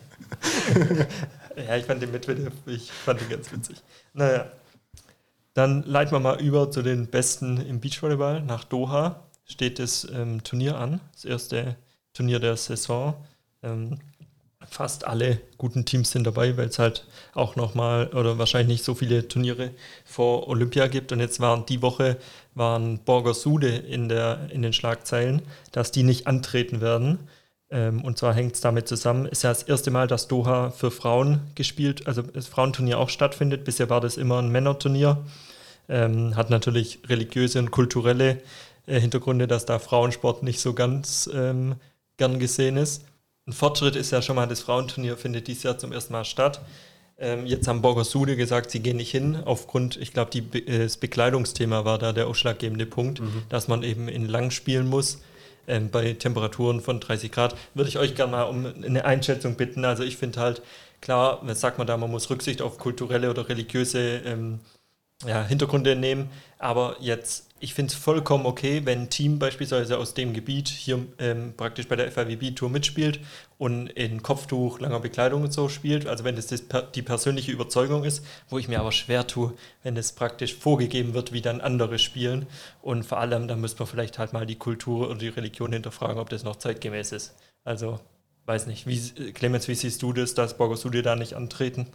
Ja, ich fand den Medvedev, ich fand den ganz witzig. Naja, dann leiten wir mal über zu den Besten im Beachvolleyball. Nach Doha steht das ähm, Turnier an, das erste Turnier der Saison. Ähm, fast alle guten Teams sind dabei, weil es halt auch nochmal oder wahrscheinlich nicht so viele Turniere vor Olympia gibt. Und jetzt waren die Woche waren Borgasude in, der, in den Schlagzeilen, dass die nicht antreten werden. Ähm, und zwar hängt es damit zusammen, ist ja das erste Mal, dass Doha für Frauen gespielt, also das Frauenturnier auch stattfindet. Bisher war das immer ein Männerturnier. Ähm, hat natürlich religiöse und kulturelle äh, Hintergründe, dass da Frauensport nicht so ganz ähm, gern gesehen ist. Ein Fortschritt ist ja schon mal, das Frauenturnier findet dieses Jahr zum ersten Mal statt. Ähm, jetzt haben Borgasude gesagt, sie gehen nicht hin, aufgrund, ich glaube, Be- äh, das Bekleidungsthema war da der ausschlaggebende Punkt, mhm. dass man eben in lang spielen muss. Ähm, bei Temperaturen von dreißig Grad, würde ich euch gerne mal um eine Einschätzung bitten. Also ich finde halt, klar, was sagt man da, man muss Rücksicht auf kulturelle oder religiöse ähm, ja, Hintergründe nehmen, aber jetzt, ich finde es vollkommen okay, wenn ein Team beispielsweise aus dem Gebiet hier ähm, praktisch bei der F I V B-Tour mitspielt und in Kopftuch, langer Bekleidung und so spielt, also wenn das, das per, die persönliche Überzeugung ist, wo ich mir aber schwer tue, wenn es praktisch vorgegeben wird, wie dann andere spielen und vor allem, dann müsste man vielleicht halt mal die Kultur oder die Religion hinterfragen, ob das noch zeitgemäß ist. Also, weiß nicht, wie, Clemens, wie siehst du das, dass Borgasude da nicht antreten?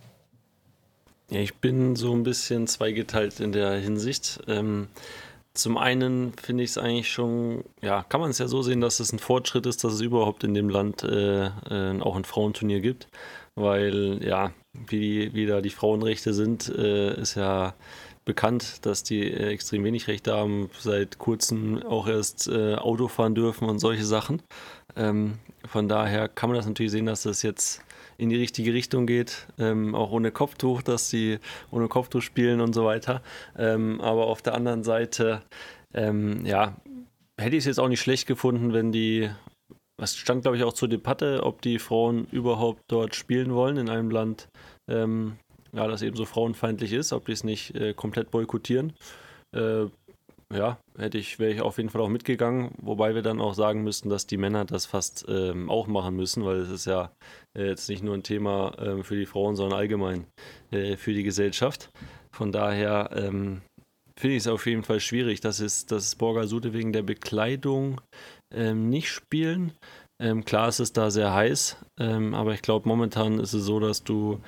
Ja, ich bin so ein bisschen zweigeteilt in der Hinsicht. Ähm, zum einen finde ich es eigentlich schon, ja, kann man es ja so sehen, dass es ein Fortschritt ist, dass es überhaupt in dem Land äh, äh, auch ein Frauenturnier gibt, weil ja, wie, wie da die Frauenrechte sind, äh, ist ja bekannt, dass die äh, extrem wenig Rechte haben, seit kurzem auch erst äh, Auto fahren dürfen und solche Sachen. Ähm, von daher kann man das natürlich sehen, dass das jetzt in die richtige Richtung geht, ähm, auch ohne Kopftuch, dass sie ohne Kopftuch spielen und so weiter. Ähm, aber auf der anderen Seite, ähm, ja, hätte ich es jetzt auch nicht schlecht gefunden, wenn die, was stand glaube ich auch zur Debatte, ob die Frauen überhaupt dort spielen wollen in einem Land, ähm, ja, das eben so frauenfeindlich ist, ob die es nicht äh, komplett boykottieren. Äh, Ja, hätte ich, wäre ich auf jeden Fall auch mitgegangen, wobei wir dann auch sagen müssten, dass die Männer das fast ähm, auch machen müssen, weil es ist ja äh, jetzt nicht nur ein Thema ähm, für die Frauen, sondern allgemein äh, für die Gesellschaft. Von daher ähm, finde ich es auf jeden Fall schwierig, dass es, dass Borgasude wegen der Bekleidung ähm, nicht spielen. Ähm, klar ist es da sehr heiß, ähm, aber ich glaube momentan ist es so, dass du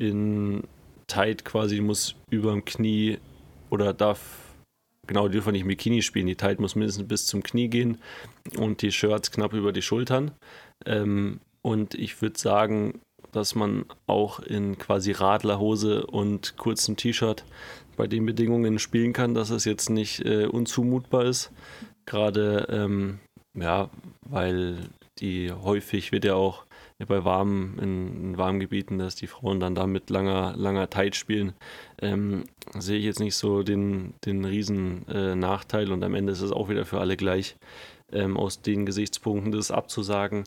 in Tight quasi, du musst über dem Knie oder darf Genau, die dürfen nicht im Bikini spielen. Die Tight muss mindestens bis zum Knie gehen und die Shirts knapp über die Schultern. Ähm, und ich würde sagen, dass man auch in quasi Radlerhose und kurzem T-Shirt bei den Bedingungen spielen kann, dass es jetzt nicht äh, unzumutbar ist. Gerade, ähm, ja, weil die häufig wird ja auch bei warmen, in, in warmen Gebieten, dass die Frauen dann da mit langer, langer Tight spielen, ähm, sehe ich jetzt nicht so den, den riesen äh, Nachteil und am Ende ist es auch wieder für alle gleich, ähm, aus den Gesichtspunkten das abzusagen.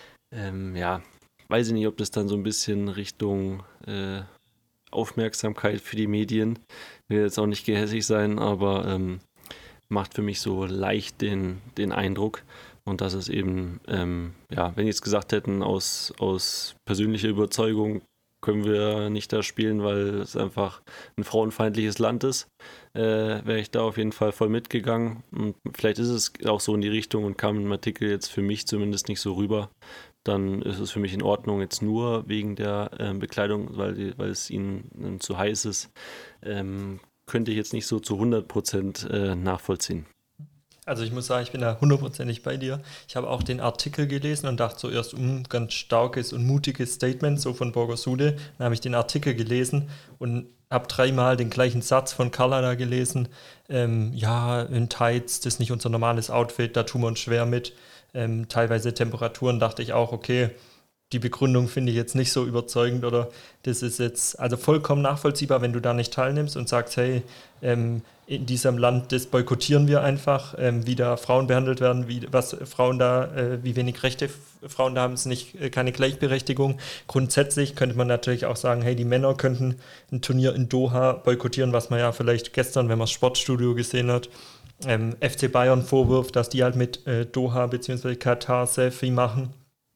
Ähm, ja, weiß ich nicht, ob das dann so ein bisschen Richtung äh, Aufmerksamkeit für die Medien, will jetzt auch nicht gehässig sein, aber ähm, macht für mich so leicht den, den Eindruck. Und das ist eben, ähm, ja, wenn die jetzt gesagt hätten, aus, aus persönlicher Überzeugung können wir nicht da spielen, weil es einfach ein frauenfeindliches Land ist, äh, wäre ich da auf jeden Fall voll mitgegangen. Und vielleicht ist es auch so in die Richtung und kam im Artikel jetzt für mich zumindest nicht so rüber. Dann ist es für mich in Ordnung, jetzt nur wegen der äh, Bekleidung, weil, die, weil es ihnen ähm, zu heiß ist, ähm, könnte ich jetzt nicht so zu hundert Prozent äh, nachvollziehen. Also ich muss sagen, ich bin da hundertprozentig bei dir. Ich habe auch den Artikel gelesen und dachte zuerst, um ganz starkes und mutiges Statement, so von Borgasude. Dann habe ich den Artikel gelesen und habe dreimal den gleichen Satz von Carla da gelesen. Ähm, ja, in Tights, das ist nicht unser normales Outfit, da tun wir uns schwer mit. Ähm, teilweise Temperaturen, dachte ich auch, okay, die Begründung finde ich jetzt nicht so überzeugend oder das ist jetzt also vollkommen nachvollziehbar, wenn du da nicht teilnimmst und sagst, hey, ähm, in diesem Land, das boykottieren wir einfach, ähm, wie da Frauen behandelt werden, wie was Frauen da, äh, wie wenig Rechte Frauen da haben, ist nicht äh, keine Gleichberechtigung. Grundsätzlich könnte man natürlich auch sagen, hey, die Männer könnten ein Turnier in Doha boykottieren, was man ja vielleicht gestern, wenn man das Sportstudio gesehen hat, ähm, F C Bayern vorwirft, dass die halt mit äh, Doha bzw. Katar Selfie machen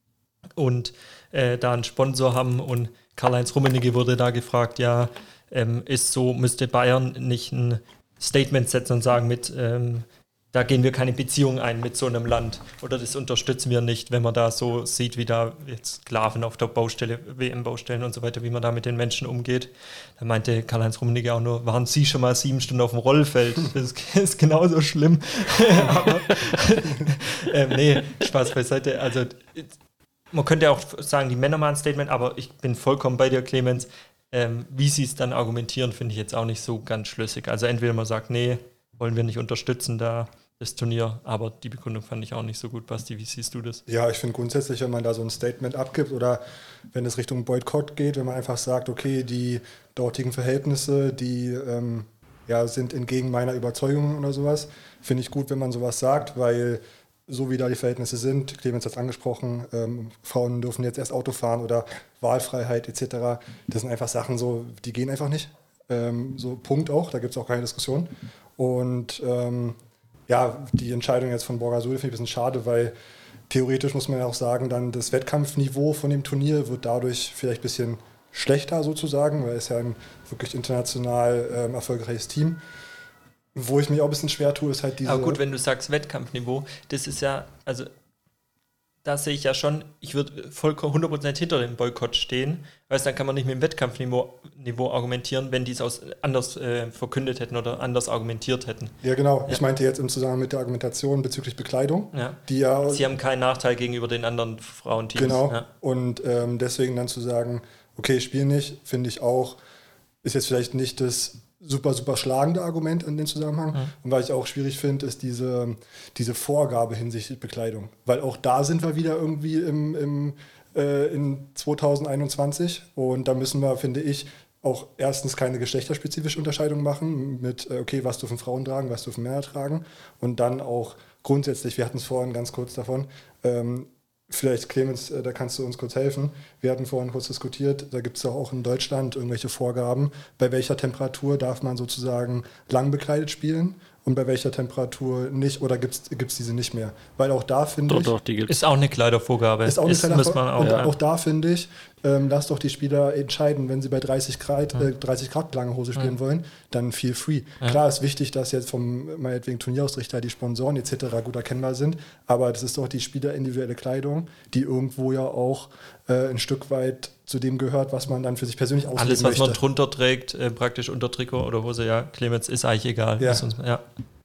und äh, da einen Sponsor haben und Karl-Heinz Rummenigge wurde da gefragt, ja, ähm, ist so, müsste Bayern nicht ein Statement setzen und sagen mit, ähm, da gehen wir keine Beziehung ein mit so einem Land oder das unterstützen wir nicht, wenn man da so sieht, wie da jetzt Sklaven auf der Baustelle, W M-Baustellen und so weiter, wie man da mit den Menschen umgeht. Da meinte Karl-Heinz Rummenigge auch nur, waren Sie schon mal sieben Stunden auf dem Rollfeld? Das ist genauso schlimm. Aber ähm, nee, Spaß beiseite. Also man könnte auch sagen, die Männer machen ein Statement, aber ich bin vollkommen bei dir, Clemens. Ähm, wie sie es dann argumentieren, finde ich jetzt auch nicht so ganz schlüssig. Also entweder man sagt, nee, wollen wir nicht unterstützen da das Turnier, aber die Begründung fand ich auch nicht so gut. Basti, wie siehst du das? Ja, ich finde grundsätzlich, wenn man da so ein Statement abgibt oder wenn es Richtung Boykott geht, wenn man einfach sagt, okay, die dortigen Verhältnisse, die ähm, ja, sind entgegen meiner Überzeugung oder sowas, finde ich gut, wenn man sowas sagt, weil so wie da die Verhältnisse sind, Clemens hat es angesprochen, ähm, Frauen dürfen jetzt erst Auto fahren oder Wahlfreiheit et cetera. Das sind einfach Sachen so, die gehen einfach nicht. Ähm, so Punkt auch, da gibt es auch keine Diskussion. Und ähm, ja, die Entscheidung jetzt von Borgasude finde ich ein bisschen schade, weil theoretisch muss man ja auch sagen, dann das Wettkampfniveau von dem Turnier wird dadurch vielleicht ein bisschen schlechter sozusagen, weil es ja ein wirklich international ähm, erfolgreiches Team. Wo ich mich auch ein bisschen schwer tue, ist halt diese... Aber gut, wenn du sagst Wettkampfniveau, das ist ja, also da sehe ich ja schon, ich würde vollkommen hundert Prozent hinter dem Boykott stehen, weil dann kann man nicht mit dem Wettkampfniveau Niveau argumentieren, wenn die es aus, anders äh, verkündet hätten oder anders argumentiert hätten. Ja genau, ja. Ich meinte jetzt im Zusammenhang mit der Argumentation bezüglich Bekleidung. Ja. Die ja, Sie haben keinen Nachteil gegenüber den anderen Frauenteams. Genau, ja. Und ähm, deswegen dann zu sagen, okay, spiel nicht, finde ich auch, ist jetzt vielleicht nicht das super, super schlagende Argument in dem Zusammenhang. Mhm. Und was ich auch schwierig finde, ist diese, diese Vorgabe hinsichtlich Bekleidung. Weil auch da sind wir wieder irgendwie im, im, äh, in zwanzig einundzwanzig und da müssen wir, finde ich, auch erstens keine geschlechterspezifische Unterscheidung machen mit, äh, okay, was dürfen Frauen tragen, was dürfen Männer tragen und dann auch grundsätzlich, wir hatten es vorhin ganz kurz davon, ähm, vielleicht, Clemens, da kannst du uns kurz helfen. Wir hatten vorhin kurz diskutiert, da gibt es auch in Deutschland irgendwelche Vorgaben, bei welcher Temperatur darf man sozusagen lang bekleidet spielen und bei welcher Temperatur nicht oder gibt es diese nicht mehr. Weil auch da finde ich... Doch, die gibt's. Ist auch eine Kleidervorgabe. Ist auch eine ist, Kleidervorgabe. auch, und ja. auch da finde ich, ähm, lass doch die Spieler entscheiden, wenn sie bei dreißig Grad, äh, dreißig Grad lange Hose spielen ja. wollen, dann feel free. Ja. Klar ist wichtig, dass jetzt vom meinetwegen Turnierausrichter die Sponsoren et cetera gut erkennbar sind, aber das ist doch die spielerindividuelle Kleidung, die irgendwo ja auch äh, ein Stück weit zu dem gehört, was man dann für sich persönlich auslegen Alles, was möchte. man drunter trägt, äh, praktisch unter Trikot oder Hose, ja, Clemens, ist eigentlich egal. Ja. Uns, ja.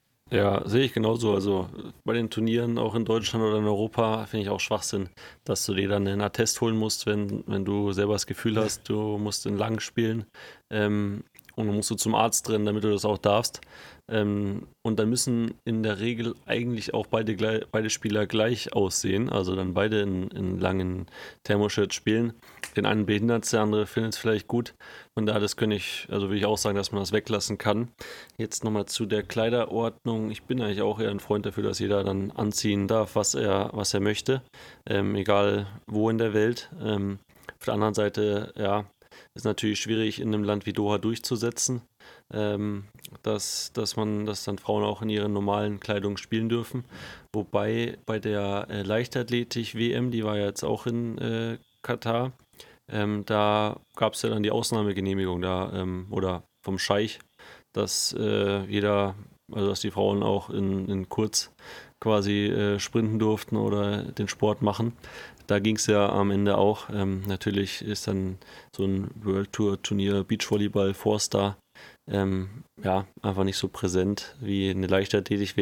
Ja, sehe ich genauso. Also bei den Turnieren auch in Deutschland oder in Europa finde ich auch Schwachsinn, dass du dir dann einen Attest holen musst, wenn, wenn du selber das Gefühl hast, du musst in lang spielen ähm, und dann musst du zum Arzt rennen, damit du das auch darfst. Ähm, und dann müssen in der Regel eigentlich auch beide, beide Spieler gleich aussehen, also dann beide in, in langen Thermoshirts spielen. Den einen behindert es, der andere findet es vielleicht gut. Und da das kann ich, also will ich auch sagen, dass man das weglassen kann. Jetzt nochmal zu der Kleiderordnung. Ich bin eigentlich auch eher ein Freund dafür, dass jeder dann anziehen darf, was er, was er möchte, ähm, egal wo in der Welt. Ähm, auf der anderen Seite, ja, ist natürlich schwierig in einem Land wie Doha durchzusetzen, ähm, dass, dass man, dass dann Frauen auch in ihrer normalen Kleidung spielen dürfen. Wobei bei der äh, Leichtathletik-W M, die war ja jetzt auch in äh, Katar, ähm, da gab es ja dann die Ausnahmegenehmigung da ähm, oder vom Scheich, dass äh, jeder, also dass die Frauen auch in, in kurz quasi äh, sprinten durften oder den Sport machen. Da ging es ja am Ende auch. Ähm, natürlich ist dann so ein World Tour Turnier Beachvolleyball Four-Star ähm, ja, einfach nicht so präsent wie eine Leichtathletik-W M.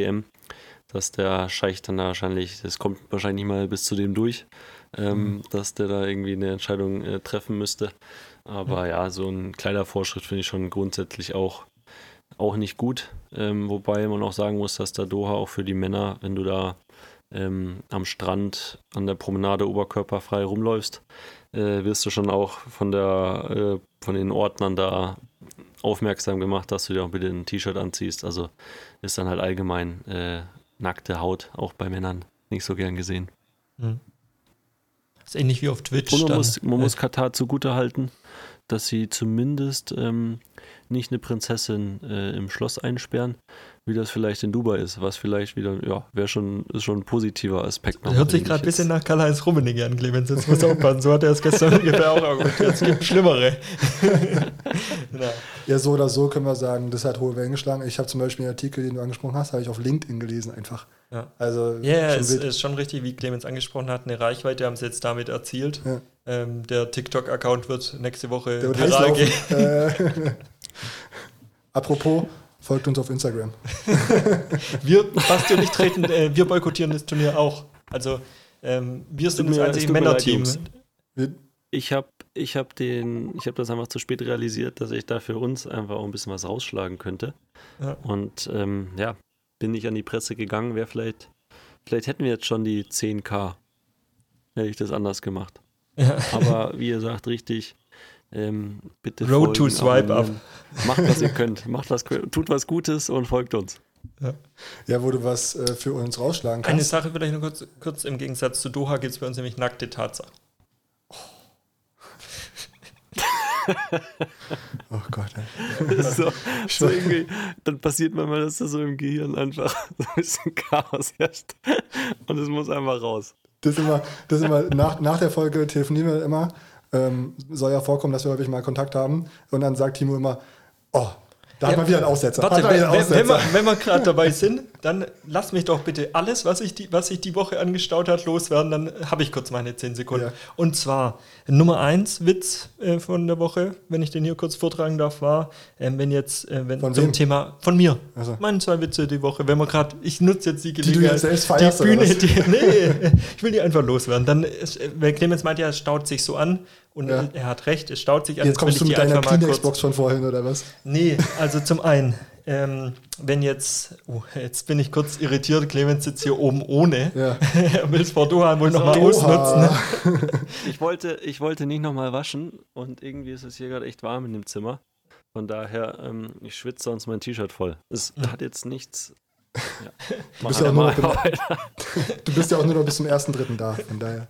dass der Scheich dann da wahrscheinlich, das kommt wahrscheinlich nicht mal bis zu dem durch, ähm, mhm. dass der da irgendwie eine Entscheidung äh, treffen müsste. Aber ja. ja, so ein kleiner Vorschritt finde ich schon grundsätzlich auch, auch nicht gut. Ähm, wobei man auch sagen muss, dass der Doha auch für die Männer, wenn du da ähm, am Strand an der Promenade oberkörperfrei rumläufst, äh, wirst du schon auch von der äh, von den Ordnern da aufmerksam gemacht, dass du dir auch bitte ein T-Shirt anziehst. Also ist dann halt allgemein äh, nackte Haut auch bei Männern nicht so gern gesehen. Mhm. Das ist ähnlich wie auf Twitch. Und man, dann, muss, man äh, muss Katar zugutehalten, dass sie zumindest ähm, nicht eine Prinzessin äh, im Schloss einsperren, wie das vielleicht in Dubai ist, was vielleicht wieder, ja, wäre schon, ist schon ein positiver Aspekt. Das hört sich gerade ein bisschen nach Karl-Heinz Rummenigge an, Clemens. Jetzt musst du aufpassen. So hat er es gestern ungefähr auch argumentiert. Es gibt Schlimmere. ja. ja, so oder so können wir sagen, das hat hohe Wellen geschlagen. Ich habe zum Beispiel einen Artikel, den du angesprochen hast, habe ich auf LinkedIn gelesen einfach. Ja, also ja, ja es ist schon richtig, wie Clemens angesprochen hat, eine Reichweite haben sie jetzt damit erzielt. Ja. Ähm, der TikTok-Account wird nächste Woche der wird viral gehen. Äh, apropos, folgt uns auf Instagram. wir, Basti und ich treten, äh, wir boykottieren das Turnier auch. Also ähm, wir sind das einzige Männerteam. Ich habe ich hab den, ich habe das einfach zu spät realisiert, dass ich da für uns einfach auch ein bisschen was rausschlagen könnte. Ja. Und ähm, ja, bin ich an die Presse gegangen, wäre vielleicht, vielleicht hätten wir jetzt schon die zehn K, hätte ich das anders gemacht. Ja. Aber wie ihr sagt, richtig, ähm, bitte Road to Swipe Up. Macht, was ihr könnt. Macht was, tut was Gutes und folgt uns. Ja, ja wo du was äh, für uns rausschlagen kannst. Eine Sache vielleicht noch kurz, kurz im Gegensatz zu Doha gibt es bei uns nämlich nackte Tatsachen. Oh, oh Gott. Ey. so, so irgendwie, dann passiert manchmal, dass da so im Gehirn einfach so ein bisschen Chaos herrscht. Und es muss einfach raus. Das ist immer, das ist immer nach, nach der Folge telefonieren wir immer. Ähm, soll ja vorkommen, dass wir häufig mal Kontakt haben. Und dann sagt Timo immer, oh, da ja, hat man wieder einen Aussetzer. Warte, wenn, einen Aussetzer. wenn wir, wenn wir gerade dabei sind, dann lass mich doch bitte alles, was ich die, was sich die Woche angestaut hat, loswerden. Dann habe ich kurz meine zehn Sekunden. Ja. Und zwar Nummer eins Witz äh, von der Woche, wenn ich den hier kurz vortragen darf, war, äh, wenn jetzt äh, wenn von zum wem? Thema von mir. Also. Meine zwei Witze die Woche, wenn wir gerade, ich nutze jetzt die Gelegenheit. Die du jetzt selbst feierst, die Bühne, die, nee, ich will die einfach loswerden. Dann, weil Clemens meint ja, es staut sich so an. Und ja. er hat recht, es staut sich an. Jetzt kommst du mit deiner Kleenex-Box von vorhin, oder was? Nee, also zum einen, ähm, wenn jetzt, oh, jetzt bin ich kurz irritiert, Clemens sitzt hier oben ohne. Ja. Er will es vor Doha wohl nochmal ausnutzen. ich, wollte, ich wollte nicht nochmal waschen und irgendwie ist es hier gerade echt warm in dem Zimmer. Von daher, ähm, ich schwitze sonst mein T-Shirt voll. Es mhm. hat jetzt nichts... Ja. Du, bist ja auch nur noch, du bist ja auch nur noch bis zum ersten Dritten da, von daher...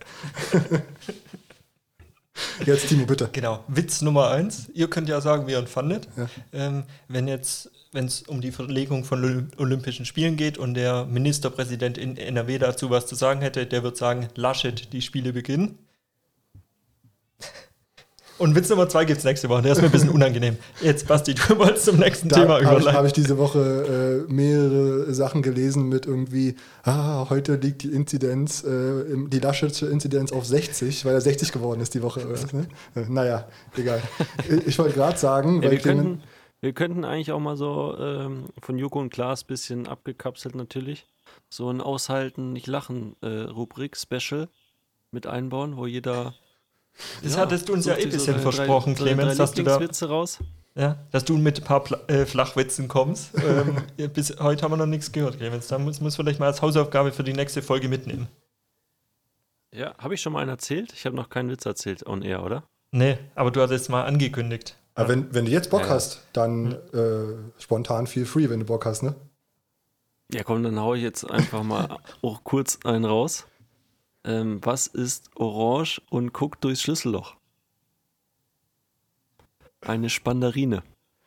Jetzt Timo, bitte. Genau, Witz Nummer eins. Ihr könnt ja sagen, wie ihr ihn fandet. Ja. Ähm, wenn jetzt, wenn es um die Verlegung von Olympischen Spielen geht und der Ministerpräsident in N R W dazu was zu sagen hätte, der wird sagen, Laschet, die Spiele beginnen. Und Witz Nummer zwei gibt es nächste Woche. Der ist mir ein bisschen unangenehm. Jetzt, Basti, du wolltest zum nächsten da Thema hab überleiten. Da habe ich diese Woche äh, mehrere Sachen gelesen mit irgendwie, ah, heute liegt die Inzidenz, äh, die Laschetsche Inzidenz auf sechzig, weil er sechzig geworden ist die Woche. Ne? Äh, naja, egal. Ich wollte gerade sagen, ja, weil wir, könnten, wir könnten eigentlich auch mal so ähm, von Joko und Klaas ein bisschen abgekapselt natürlich, so ein Aushalten, nicht lachen äh, Rubrik, Special mit einbauen, wo jeder... Das ja, hattest du uns ja eh ein bisschen so versprochen, drei, Clemens, so dass du da, raus. Ja, dass du mit ein paar Pla- äh, Flachwitzen kommst. ähm, bis heute haben wir noch nichts gehört, Clemens. Da muss man vielleicht mal als Hausaufgabe für die nächste Folge mitnehmen. Ja, habe ich schon mal einen erzählt? Ich habe noch keinen Witz erzählt on air, oder? Nee, aber du hast es mal angekündigt. Aber ja. wenn, wenn du jetzt Bock ja, hast, dann ja. äh, spontan feel free, wenn du Bock hast, ne? Ja, komm, dann hau ich jetzt einfach mal auch kurz einen raus. Ähm, was ist orange und guckt durchs Schlüsselloch? Eine Spandarine.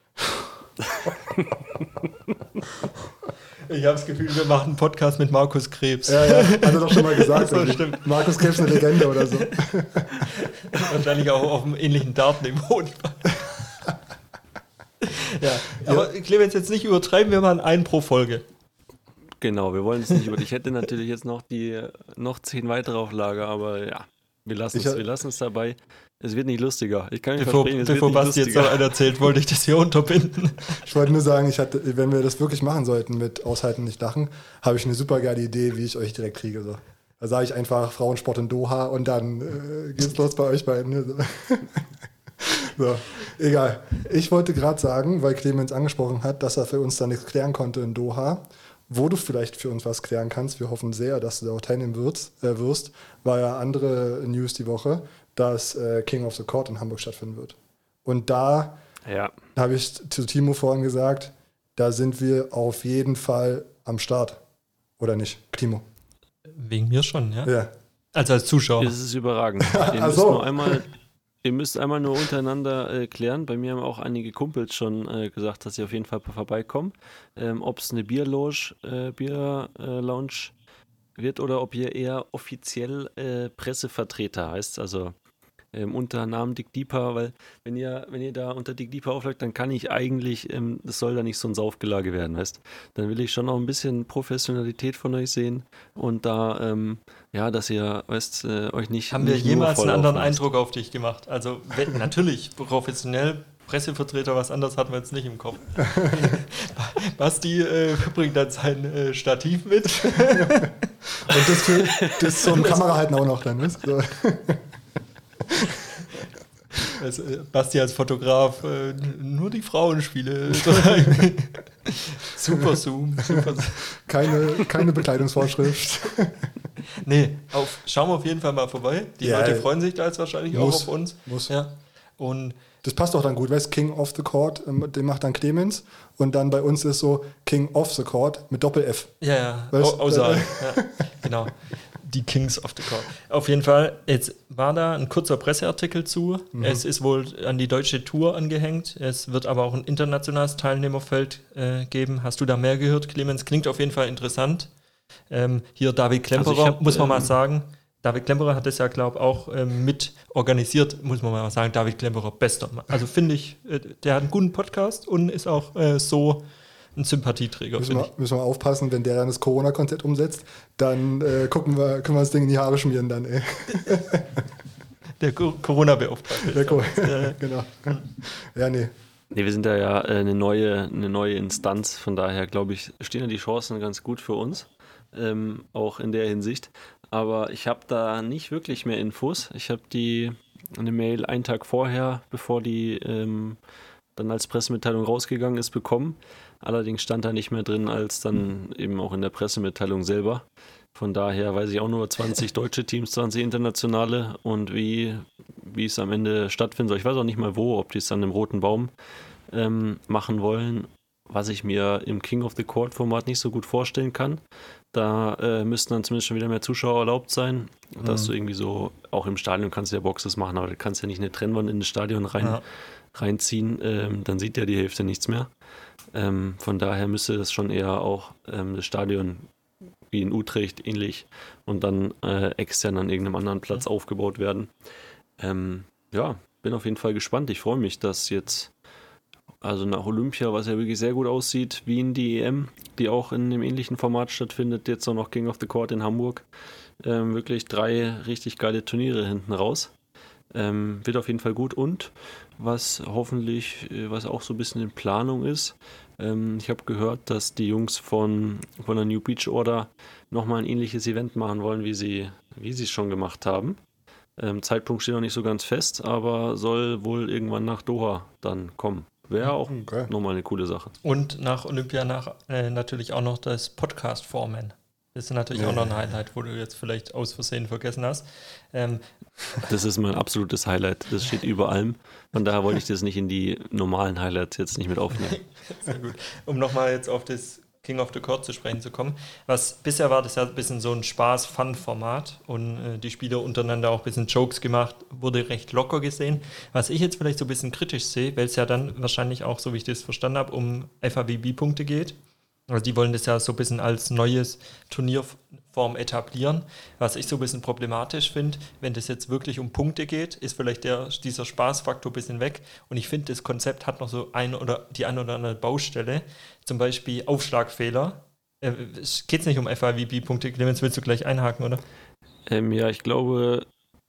Ich habe das Gefühl, wir machen einen Podcast mit Markus Krebs. Ja, ja, hat er doch schon mal gesagt. So, stimmt. Markus Krebs eine Legende oder so. Wahrscheinlich auch auf einem ähnlichen Dartniveau. ja, aber ja. Clemens, jetzt nicht übertreiben, wir machen einen pro Folge. Genau, wir wollen es nicht über. Ich hätte natürlich jetzt noch die noch zehn weitere auf Lager, aber ja, wir lassen es, wir lassen es dabei. Es wird nicht lustiger. Ich kann mir Bevor, versprechen, es bevor wird nicht Basti jetzt lustiger. noch einen erzählt, wollte ich das hier unterbinden. Ich wollte nur sagen, ich hatte, wenn wir das wirklich machen sollten mit Aushalten, nicht lachen, habe ich eine super geile Idee, wie ich euch direkt kriege. So. Da sage ich einfach Frauensport in Doha und dann äh, geht's los bei euch beiden. Ne? So. So, egal. Ich wollte gerade sagen, weil Clemens angesprochen hat, dass er für uns da nichts klären konnte in Doha, wo du vielleicht für uns was klären kannst. Wir hoffen sehr, dass du da auch teilnehmen wirst, äh, wirst war ja andere News die Woche, dass äh, King of the Court in Hamburg stattfinden wird. Und da Ja. habe ich zu Timo vorhin gesagt, da sind wir auf jeden Fall am Start. Oder nicht, Timo? Wegen mir schon, ja? Ja. Also als Zuschauer. Es ist überragend. Ihr Ach müsst, so. nur einmal, ihr müsst einmal nur untereinander äh, klären. Bei mir haben auch einige Kumpels schon äh, gesagt, dass sie auf jeden Fall vorbeikommen. Ähm, ob es eine Bierlounge, äh, Bierlounge wird oder ob ihr eher offiziell äh, Pressevertreter heißt. Also ähm, unter Namen Dick Deeper, weil wenn ihr, wenn ihr da unter Dick Deeper aufläuft, dann kann ich eigentlich, ähm, das soll da nicht so ein Saufgelage werden, weißt. Dann will ich schon noch ein bisschen Professionalität von euch sehen und da, ähm, ja, dass ihr, weißt, äh, euch nicht Haben wir nicht nur jemals einen voll anderen auflasst. Eindruck auf dich gemacht? Also wenn, natürlich professionell, Pressevertreter, was anderes hatten wir jetzt nicht im Kopf. Basti äh, bringt dann sein äh, Stativ mit. Und das, für, das zum Kamerahalten auch noch dann, weißt du? So. Also, äh, Basti als Fotograf, äh, nur die Frauenspiele. Super Zoom, super Zoom. Keine, keine Bekleidungsvorschrift. Nee, auf, schauen wir auf jeden Fall mal vorbei. Die Ja, Leute freuen sich da jetzt wahrscheinlich muss, auch auf uns. muss. Ja. Und Das passt auch dann gut, weißt King of the Court, ähm, den macht dann Clemens und dann bei uns ist so King of the Court mit Doppel-F. ja, ja, Weißt, au- außerhalb. äh, Ja, genau. Die Kings of the Court. Auf jeden Fall, jetzt war da ein kurzer Presseartikel zu. Mhm. Es ist wohl an die deutsche Tour angehängt. Es wird aber auch ein internationales Teilnehmerfeld äh, geben. Hast du da mehr gehört, Clemens? Klingt auf jeden Fall interessant. Ähm, hier David Klemperer, Also ich hab, muss man mal ähm, sagen. David Klemperer hat das ja, glaube ich, auch ähm, mit organisiert, muss man mal sagen. David Klemperer, bester Mann. Also finde ich, äh, der hat einen guten Podcast und ist auch äh, so ein Sympathieträger, Müssen finde wir, ich. müssen wir aufpassen, wenn der dann das Corona-Konzept umsetzt, dann äh, gucken wir, können wir das Ding in die Haare schmieren dann, ey. Der Co- Corona-Beauftragte. Ja, cool. Äh, Genau. Ja, nee. Nee, wir sind da ja äh, eine neue, eine neue Instanz, von daher glaube ich, stehen ja die Chancen ganz gut für uns, ähm, auch in der Hinsicht. Aber ich habe da nicht wirklich mehr Infos. Ich habe die eine Mail einen Tag vorher, bevor die ähm, dann als Pressemitteilung rausgegangen ist, bekommen. Allerdings stand da nicht mehr drin als dann eben auch in der Pressemitteilung selber. Von daher weiß ich auch nur zwanzig deutsche Teams, zwanzig internationale und wie, wie es am Ende stattfinden soll. Ich weiß auch nicht mal wo, ob die es dann im Roten Baum ähm, machen wollen, was ich mir im King of the Court Format nicht so gut vorstellen kann. Da äh, müssten dann zumindest schon wieder mehr Zuschauer erlaubt sein, mhm. dass du irgendwie so, auch im Stadion kannst du ja Boxes machen, aber du kannst ja nicht eine Trennwand in das Stadion rein, Ja. reinziehen, ähm, dann sieht ja die Hälfte nichts mehr. Ähm, von daher müsste das schon eher auch ähm, das Stadion wie in Utrecht ähnlich und dann äh, extern an irgendeinem anderen Platz mhm. aufgebaut werden. Ähm, ja, bin auf jeden Fall gespannt. Ich freue mich, dass jetzt, also nach Olympia, was ja wirklich sehr gut aussieht, Wien, die E M, die auch in einem ähnlichen Format stattfindet, jetzt auch noch King of the Court in Hamburg. Ähm, wirklich drei richtig geile Turniere hinten raus. Ähm, wird auf jeden Fall gut und was hoffentlich, was auch so ein bisschen in Planung ist, ähm, ich habe gehört, dass die Jungs von, von der New Beach Order nochmal ein ähnliches Event machen wollen, wie sie wie sie es schon gemacht haben. Ähm, Zeitpunkt steht noch nicht so ganz fest, aber soll wohl irgendwann nach Doha dann kommen. Wäre auch Okay. nochmal eine coole Sache. Und nach Olympia nach, äh, natürlich auch noch das Podcast-Formen. Das ist natürlich Ja. auch noch ein Highlight, wo du jetzt vielleicht aus Versehen vergessen hast. Ähm, Das ist mein absolutes Highlight. Das steht über allem. Von daher wollte ich das nicht in die normalen Highlights jetzt nicht mit aufnehmen. Sehr gut. Um nochmal jetzt auf das King of the Court zu sprechen zu kommen. Was bisher war das ja ein bisschen so ein Spaß-Fun-Format und äh, die Spieler untereinander auch ein bisschen Jokes gemacht, wurde recht locker gesehen. Was ich jetzt vielleicht so ein bisschen kritisch sehe, weil es ja dann wahrscheinlich auch, so wie ich das verstanden habe, um F A W B-Punkte geht. Also die wollen das ja so ein bisschen als neues Turnierform etablieren. Was ich so ein bisschen problematisch finde, wenn das jetzt wirklich um Punkte geht, ist vielleicht der, dieser Spaßfaktor ein bisschen weg. Und ich finde, das Konzept hat noch so ein oder die eine oder andere Baustelle. Zum Beispiel Aufschlagfehler. Äh, es geht nicht um F A W B-Punkte. Clemens, willst du gleich einhaken, oder? Ähm, ja, ich glaube,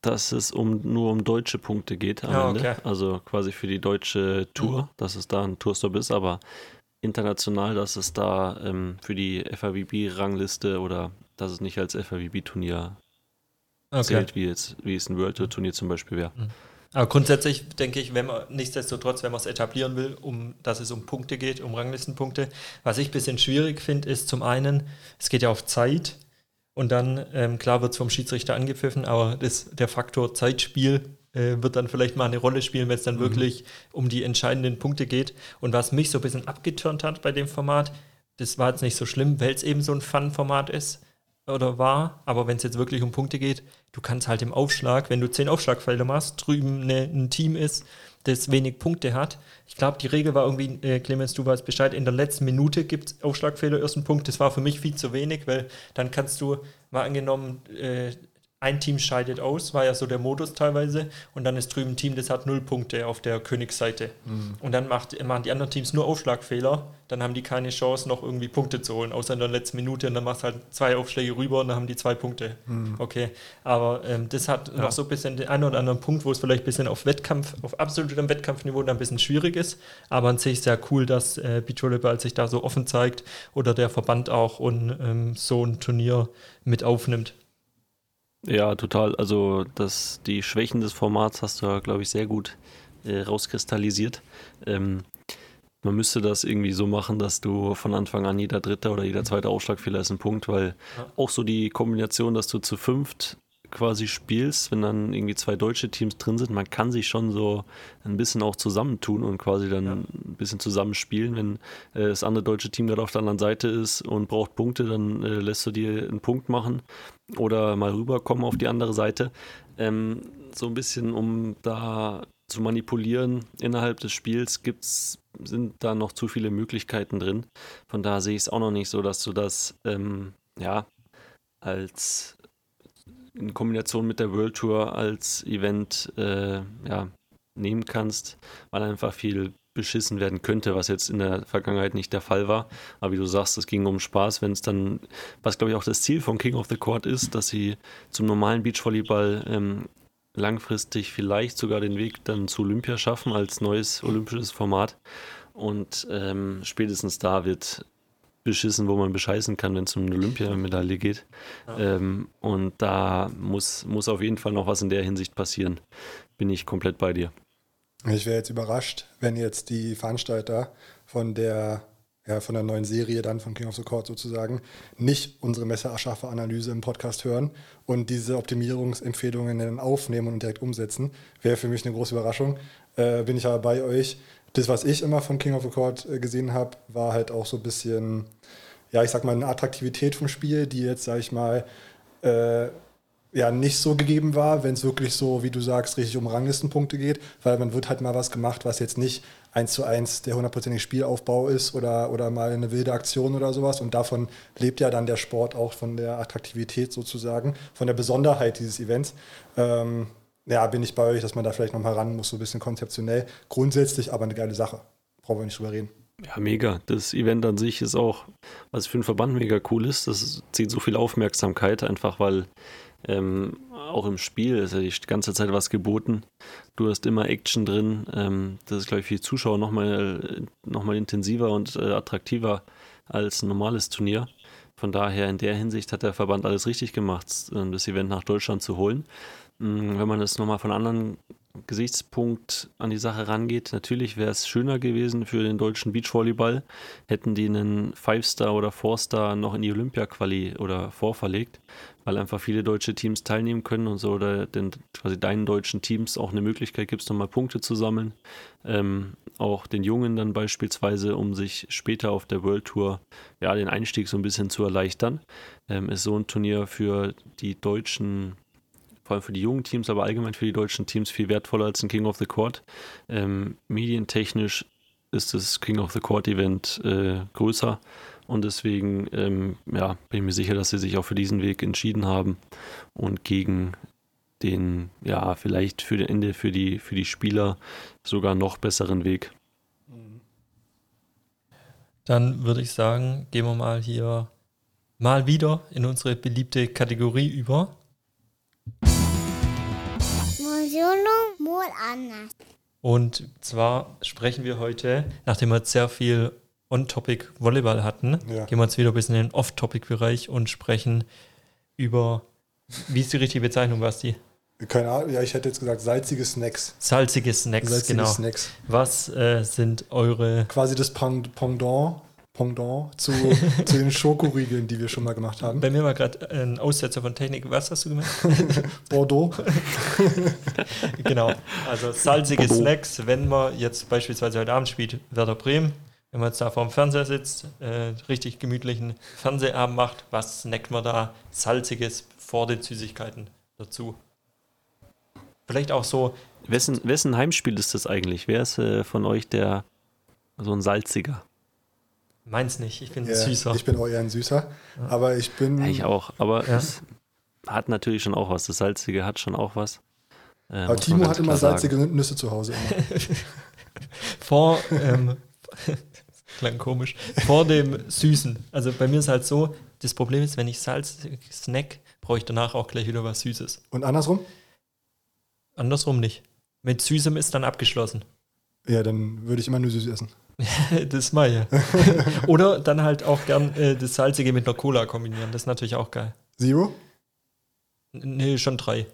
dass es um nur um deutsche Punkte geht am Ah, Ende. okay. Also quasi für die deutsche Tour, Mhm. dass es da ein Tourstop ist, aber international, dass es da ähm, für die F I V B-Rangliste oder dass es nicht als F I V B-Turnier Okay. zählt, wie, jetzt, wie es ein World Tour Turnier zum Beispiel wäre. Aber grundsätzlich denke ich, wenn man nichtsdestotrotz, wenn man es etablieren will, um dass es um Punkte geht, um Ranglistenpunkte, was ich ein bisschen schwierig finde, ist zum einen, es geht ja auf Zeit und dann, ähm, klar wird es vom Schiedsrichter angepfiffen, aber das, der Faktor Zeitspiel äh, wird dann vielleicht mal eine Rolle spielen, wenn es dann mhm. wirklich um die entscheidenden Punkte geht. Und was mich so ein bisschen abgeturnt hat bei dem Format, das war jetzt nicht so schlimm, weil es eben so ein Fun-Format ist oder war, aber wenn es jetzt wirklich um Punkte geht, du kannst halt im Aufschlag, wenn du zehn Aufschlagfelder machst, drüben eine, ein Team ist, das wenig Punkte hat. Ich glaube, die Regel war irgendwie, äh, Clemens, du weißt Bescheid, in der letzten Minute gibt es Aufschlagfehler, ersten Punkt. Das war für mich viel zu wenig, weil dann kannst du, mal angenommen, äh, ein Team scheidet aus, war ja so der Modus teilweise, und dann ist drüben ein Team, das hat null Punkte auf der Königsseite. Mhm. Und dann macht, machen die anderen Teams nur Aufschlagfehler, dann haben die keine Chance, noch irgendwie Punkte zu holen, außer in der letzten Minute, und dann machst du halt zwei Aufschläge rüber und dann haben die zwei Punkte. Mhm. Okay, aber ähm, das hat ja noch so ein bisschen den einen oder anderen Punkt, wo es vielleicht ein bisschen auf Wettkampf, auf absolutem Wettkampfniveau dann ein bisschen schwierig ist, aber an sich sehr cool, dass äh, Beachvolleyball sich da so offen zeigt oder der Verband auch und ähm, so ein Turnier mit aufnimmt. Ja, total. Also das, die Schwächen des Formats hast du ja, glaube ich, sehr gut äh, rauskristallisiert. Ähm, man müsste das irgendwie so machen, dass du von Anfang an jeder dritte oder jeder zweite Aufschlagfehler ist ein Punkt, weil ja. auch so die Kombination, dass du zu fünft quasi spielst, wenn dann irgendwie zwei deutsche Teams drin sind, man kann sich schon so ein bisschen auch zusammentun und quasi dann ja. ein bisschen zusammenspielen. Wenn äh, das andere deutsche Team gerade auf der anderen Seite ist und braucht Punkte, dann äh, lässt du dir einen Punkt machen oder mal rüberkommen auf die andere Seite. Ähm, so ein bisschen, um da zu manipulieren innerhalb des Spiels, gibt's, sind da noch zu viele Möglichkeiten drin. Von daher sehe ich es auch noch nicht so, dass du das ähm, ja als in Kombination mit der World Tour als Event äh, ja, nehmen kannst, weil einfach viel beschissen werden könnte, was jetzt in der Vergangenheit nicht der Fall war. Aber wie du sagst, es ging um Spaß, wenn es dann, was glaube ich auch das Ziel von King of the Court ist, dass sie zum normalen Beachvolleyball ähm, langfristig vielleicht sogar den Weg dann zu Olympia schaffen als neues olympisches Format. Und ähm, spätestens da wird beschissen, wo man bescheißen kann, wenn es um eine Olympiamedaille geht. Ja. Ähm, und da muss, muss auf jeden Fall noch was in der Hinsicht passieren. Bin ich komplett bei dir. Ich wäre jetzt überrascht, wenn jetzt die Veranstalter von der, ja, von der neuen Serie dann von King of the Court sozusagen nicht unsere Messerschaffe-Analyse im Podcast hören und diese Optimierungsempfehlungen dann aufnehmen und direkt umsetzen. Wäre für mich eine große Überraschung. Äh, bin ich aber bei euch. Das, was ich immer von King of the Court gesehen habe, war halt auch so ein bisschen, ja, ich sag mal, eine Attraktivität vom Spiel, die jetzt, sag ich mal, äh, ja, nicht so gegeben war, wenn es wirklich so, wie du sagst, richtig um Ranglistenpunkte geht, weil man wird halt mal was gemacht, was jetzt nicht eins zu eins der hundertprozentige Spielaufbau ist oder, oder mal eine wilde Aktion oder sowas, und davon lebt ja dann der Sport auch, von der Attraktivität sozusagen, von der Besonderheit dieses Events. Ähm, Ja, bin ich bei euch, dass man da vielleicht noch mal ran muss, so ein bisschen konzeptionell. Grundsätzlich aber eine geile Sache. Brauchen wir nicht drüber reden. Ja, mega. Das Event an sich ist auch, was für einen Verband mega cool ist. Das zieht so viel Aufmerksamkeit, einfach weil ähm, auch im Spiel ist ja die ganze Zeit was geboten. Du hast immer Action drin. Ähm, das ist, glaube ich, für die Zuschauer nochmal noch mal intensiver und äh, attraktiver als ein normales Turnier. Von daher, in der Hinsicht hat der Verband alles richtig gemacht, das Event nach Deutschland zu holen. Wenn man das nochmal von einem anderen Gesichtspunkt an die Sache rangeht, natürlich wäre es schöner gewesen für den deutschen Beachvolleyball, hätten die einen Five-Star oder Four-Star noch in die Olympia-Quali oder vorverlegt, weil einfach viele deutsche Teams teilnehmen können und so, oder den, quasi deinen deutschen Teams auch eine Möglichkeit gibt, nochmal Punkte zu sammeln. Ähm, auch den Jungen dann beispielsweise, um sich später auf der World Tour ja, den Einstieg so ein bisschen zu erleichtern, ähm, ist so ein Turnier für die deutschen, vor allem für die jungen Teams, aber allgemein für die deutschen Teams viel wertvoller als ein King of the Court. Ähm, medientechnisch ist das King of the Court Event äh, größer, und deswegen ähm, ja, bin ich mir sicher, dass sie sich auch für diesen Weg entschieden haben und gegen den, ja, vielleicht für den Ende für die, für die Spieler sogar noch besseren Weg. Dann würde ich sagen, gehen wir mal hier mal wieder in unsere beliebte Kategorie über. Solo mal anders. Und zwar sprechen wir heute, nachdem wir jetzt sehr viel On-Topic Volleyball hatten, Ja. gehen wir jetzt wieder ein bisschen in den Off-Topic-Bereich und sprechen über, wie ist die richtige Bezeichnung, Basti? Keine Ahnung, ja, ich hätte jetzt gesagt salzige Snacks. Salzige Snacks, Salzige genau. Snacks. Was äh, sind eure... Quasi das Pend- Pendant, Pendant zu, zu den Schokoriegeln, die wir schon mal gemacht haben. Bei mir war gerade ein Aussetzer von Technik. Was hast du gemeint? Bordeaux. Genau, also salzige Bordeaux. Snacks, wenn man jetzt beispielsweise heute Abend spielt, Werder Bremen, wenn man jetzt da vorm Fernseher sitzt, äh, richtig gemütlichen Fernsehabend macht, was snackt man da Salziges vor den Süßigkeiten dazu? Vielleicht auch so, Wessen, wessen Heimspiel ist das eigentlich? Wer ist äh, von euch der so ein salziger? meins nicht, ich bin Ja, süßer. ich bin auch eher ein Süßer. Aber ich bin. Ja, ich auch, aber Ja. es hat natürlich schon auch was. Das Salzige hat schon auch was. Äh, Aber muss man Timo ganz hat immer klar sagen. salzige Nüsse zu Hause. Immer. Vor, ähm, klang komisch, vor dem Süßen. Also bei mir ist halt so, das Problem ist, wenn ich Salz snack, brauche ich danach auch gleich wieder was Süßes. Und andersrum? Andersrum nicht. Mit Süßem ist dann abgeschlossen. Ja, dann würde ich immer nur süß essen. Das mal ja. Oder dann halt auch gern äh, das Salzige mit einer Cola kombinieren. Das ist natürlich auch geil. Zero? N- Nee, schon drei.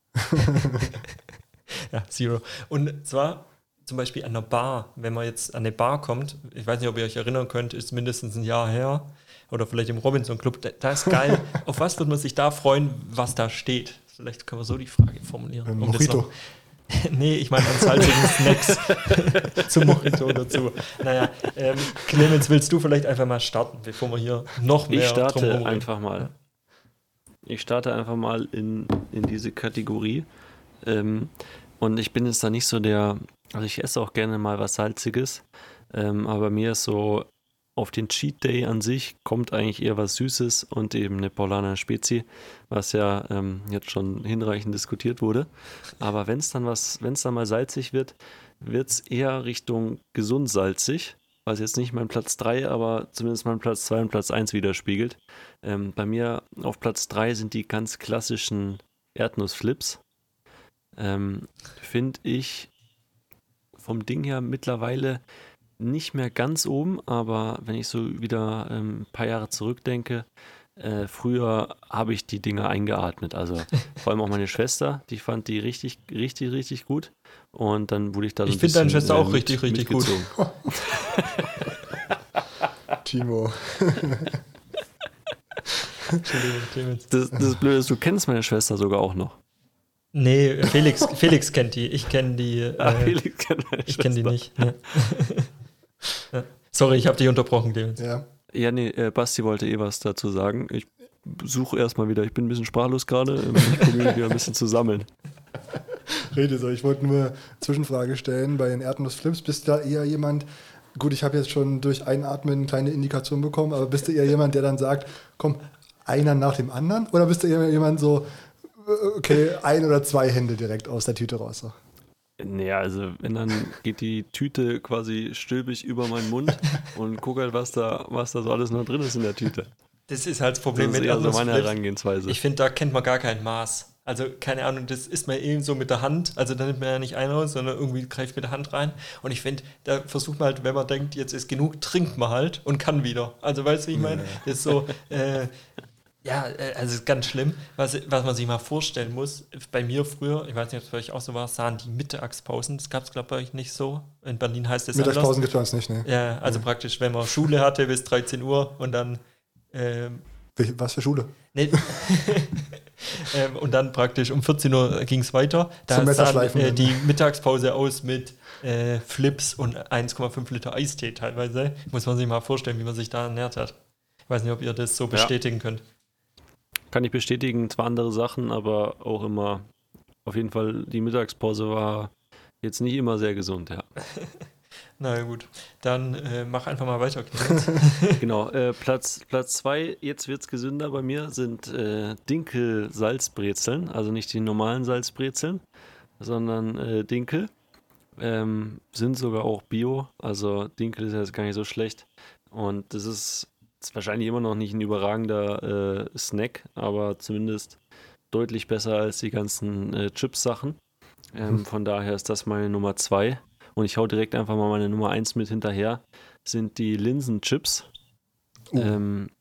Ja, Zero. Und zwar zum Beispiel an einer Bar, wenn man jetzt an eine Bar kommt, ich weiß nicht, ob ihr euch erinnern könnt, ist mindestens ein Jahr her, oder vielleicht im Robinson Club, da, da ist geil. Auf was würde man sich da freuen, was da steht? Vielleicht können wir so die Frage formulieren. Ähm, um das Mojito. noch- Nee, ich meine an salzigen Snacks zum Mojito dazu. Naja, ähm, Clemens, willst du vielleicht einfach mal starten, bevor wir hier noch mehr Ich starte drum rumreden? einfach mal. Ich starte einfach mal in, in diese Kategorie. Ähm, und ich bin jetzt da nicht so der, also ich esse auch gerne mal was Salziges, ähm, aber bei mir ist so, auf den Cheat Day an sich kommt eigentlich eher was Süßes und eben eine Paulaner Spezi, was ja ähm, jetzt schon hinreichend diskutiert wurde. Aber wenn es dann was, wenn es dann mal salzig wird, wird es eher Richtung gesund salzig, was jetzt nicht mein Platz drei, aber zumindest mein Platz zwei und Platz eins widerspiegelt. Ähm, bei mir auf Platz drei sind die ganz klassischen Erdnussflips. Ähm, Finde ich vom Ding her mittlerweile nicht mehr ganz oben, aber wenn ich so wieder ähm, ein paar Jahre zurückdenke, äh, früher habe ich die Dinger eingeatmet. Also vor allem auch meine Schwester, die fand die richtig, richtig, richtig gut. Und dann wurde ich da so Ich ein finde deine bisschen, Schwester äh, auch richtig, richtig gut. mitgezogen. Timo. Entschuldigung, Clemens. Das, das Blöde ist, du kennst meine Schwester sogar auch noch. Nee, Felix, Felix kennt die. Ich kenne die. Äh, Ah, Felix kennt meine ich kenne die Schwester. nicht. Ne. Ja. Sorry, ich habe dich unterbrochen, Clemens. Ja. Ja, nee, äh, Basti wollte eh was dazu sagen. Ich suche erstmal wieder. Ich bin ein bisschen sprachlos gerade. Ähm, Ich probiere mich wieder ein bisschen zu sammeln. Rede so. Ich wollte nur Zwischenfrage stellen. Bei den Erdnussflips bist du da eher jemand, gut, ich habe jetzt schon durch Einatmen eine kleine Indikation bekommen, aber bist du eher jemand, der dann sagt, komm, einer nach dem anderen? Oder bist du eher jemand so, okay, ein oder zwei Hände direkt aus der Tüte raus? So? Naja, also wenn, dann geht die Tüte quasi stülpig über meinen Mund und guck halt, was da, was da so alles noch drin ist in der Tüte. Das ist halt das Das Problem ist mit eher so meine Erdnussflips. Herangehensweise. Ich finde, da kennt man gar kein Maß. Also, keine Ahnung, das ist man eben so mit der Hand. Also, da nimmt man ja nicht einen aus, sondern irgendwie greift mit der Hand rein. Und ich finde, da versucht man halt, wenn man denkt, jetzt ist genug, trinkt man halt und kann wieder. Also, weißt du, wie ich meine? Das ist so, äh, ja, äh, also ist ganz schlimm. Was, was man sich mal vorstellen muss, bei mir früher, ich weiß nicht, ob es bei euch auch so war, sahen die Mittagspausen, das gab es, glaube ich, bei euch nicht so. In Berlin heißt es anders. Mittagspausen gibt es bei uns nicht, ne? Ja, also praktisch, wenn man Schule hatte bis dreizehn Uhr und dann ähm, Welche- Was für Schule? Nee. ähm, und dann praktisch um vierzehn Uhr ging es weiter. Da Zum sah Messerschleifen äh, dann. die Mittagspause aus mit äh, Flips und eins Komma fünf Liter Eistee teilweise. Muss man sich mal vorstellen, wie man sich da ernährt hat. Ich weiß nicht, ob ihr das so bestätigen könnt. Kann ich bestätigen, zwar andere Sachen, aber auch immer, auf jeden Fall, die Mittagspause war jetzt nicht immer sehr gesund, ja. Na ja, gut, dann äh, mach einfach mal weiter, Clemens. Genau, äh, Platz Platz zwei, jetzt wird's gesünder bei mir, sind äh, Dinkel-Salzbrezeln, also nicht die normalen Salzbrezeln, sondern äh, Dinkel. Ähm, sind sogar auch Bio, also Dinkel ist jetzt gar nicht so schlecht. Und das ist, ist wahrscheinlich immer noch nicht ein überragender äh, Snack, aber zumindest deutlich besser als die ganzen äh, Chips-Sachen. Ähm, von daher ist das meine Nummer zwei. Und ich hau direkt einfach mal meine Nummer eins mit hinterher. Sind die Linsenchips Uh. ähm,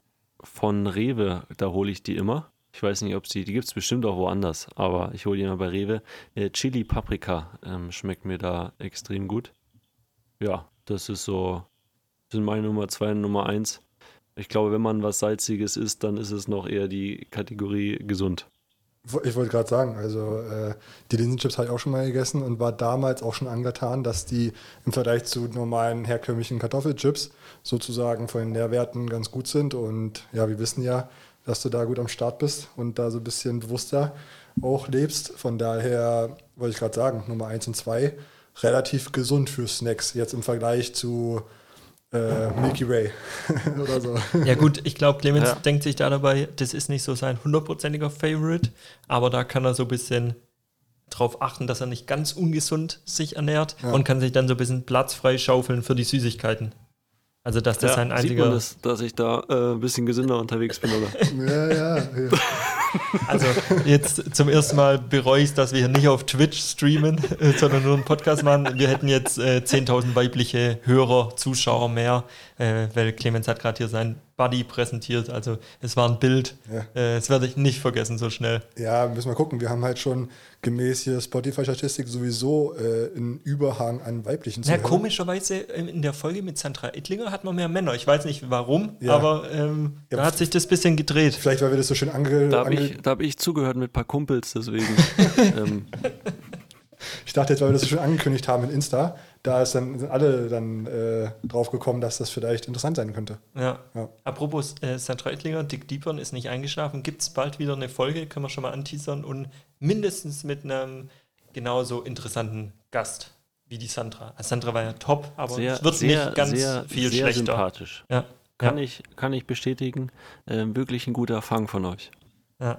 von Rewe. Da hole ich die immer. Ich weiß nicht, ob sie, die gibt es bestimmt auch woanders, aber ich hole die immer bei Rewe. Äh, Chili Paprika ähm, schmeckt mir da extrem gut. Ja, das ist so, sind meine Nummer zwei und Nummer eins. Ich glaube, wenn man was Salziges isst, dann ist es noch eher die Kategorie gesund. Ich wollte gerade sagen, also äh, die Linsenchips habe ich auch schon mal gegessen und war damals auch schon angetan, dass die im Vergleich zu normalen herkömmlichen Kartoffelchips sozusagen von den Nährwerten ganz gut sind. Und ja, wir wissen ja, dass du da gut am Start bist und da so ein bisschen bewusster auch lebst. Von daher wollte ich gerade sagen, Nummer eins und zwei relativ gesund für Snacks, jetzt im Vergleich zu äh, Milky Way oder so. Ja gut, ich glaube, Clemens Ja. denkt sich da dabei, das ist nicht so sein hundertprozentiger Favorite, aber da kann er so ein bisschen drauf achten, dass er nicht ganz ungesund sich ernährt Ja. und kann sich dann so ein bisschen Platz frei schaufeln für die Süßigkeiten. Also dass das Ja, sein sieht einziger... man das, dass ich da äh, ein bisschen gesünder unterwegs bin, oder? Ja, ja, ja. Also jetzt zum ersten Mal bereue ich es, dass wir hier nicht auf Twitch streamen, äh, sondern nur einen Podcast machen. Wir hätten jetzt äh, zehntausend weibliche Hörer, Zuschauer mehr, äh, weil Clemens hat gerade hier sein Buddy präsentiert. Also es war ein Bild. Ja. Äh, das werde ich nicht vergessen so schnell. Ja, müssen wir gucken. Wir haben halt schon gemäß hier Spotify-Statistik sowieso äh, einen Überhang an weiblichen Ja, Zuhörern. komischerweise ähm, in der Folge mit Sandra Ettlinger hat man mehr Männer. Ich weiß nicht warum, Ja. aber ähm, Ja, da hat sich das ein bisschen gedreht. Vielleicht, weil wir das so schön ange... Da habe ange ich, da hab ich zugehört mit ein paar Kumpels, deswegen. ähm, ich dachte jetzt, weil wir das so schön angekündigt haben in Insta, da ist dann, sind alle dann äh, drauf gekommen, dass das vielleicht interessant sein könnte. Ja. Ja. Apropos äh, Sandra Ettlinger, Dick Diepern ist nicht eingeschlafen. Gibt es bald wieder eine Folge, können wir schon mal anteasern und mindestens mit einem genauso interessanten Gast wie die Sandra. Also Sandra war ja top, aber sehr, es wird sehr, nicht ganz sehr, viel sehr schlechter. sympathisch. Ja. Kann, ja. ich, kann ich bestätigen. Ähm, wirklich ein guter Fang von euch. Ja.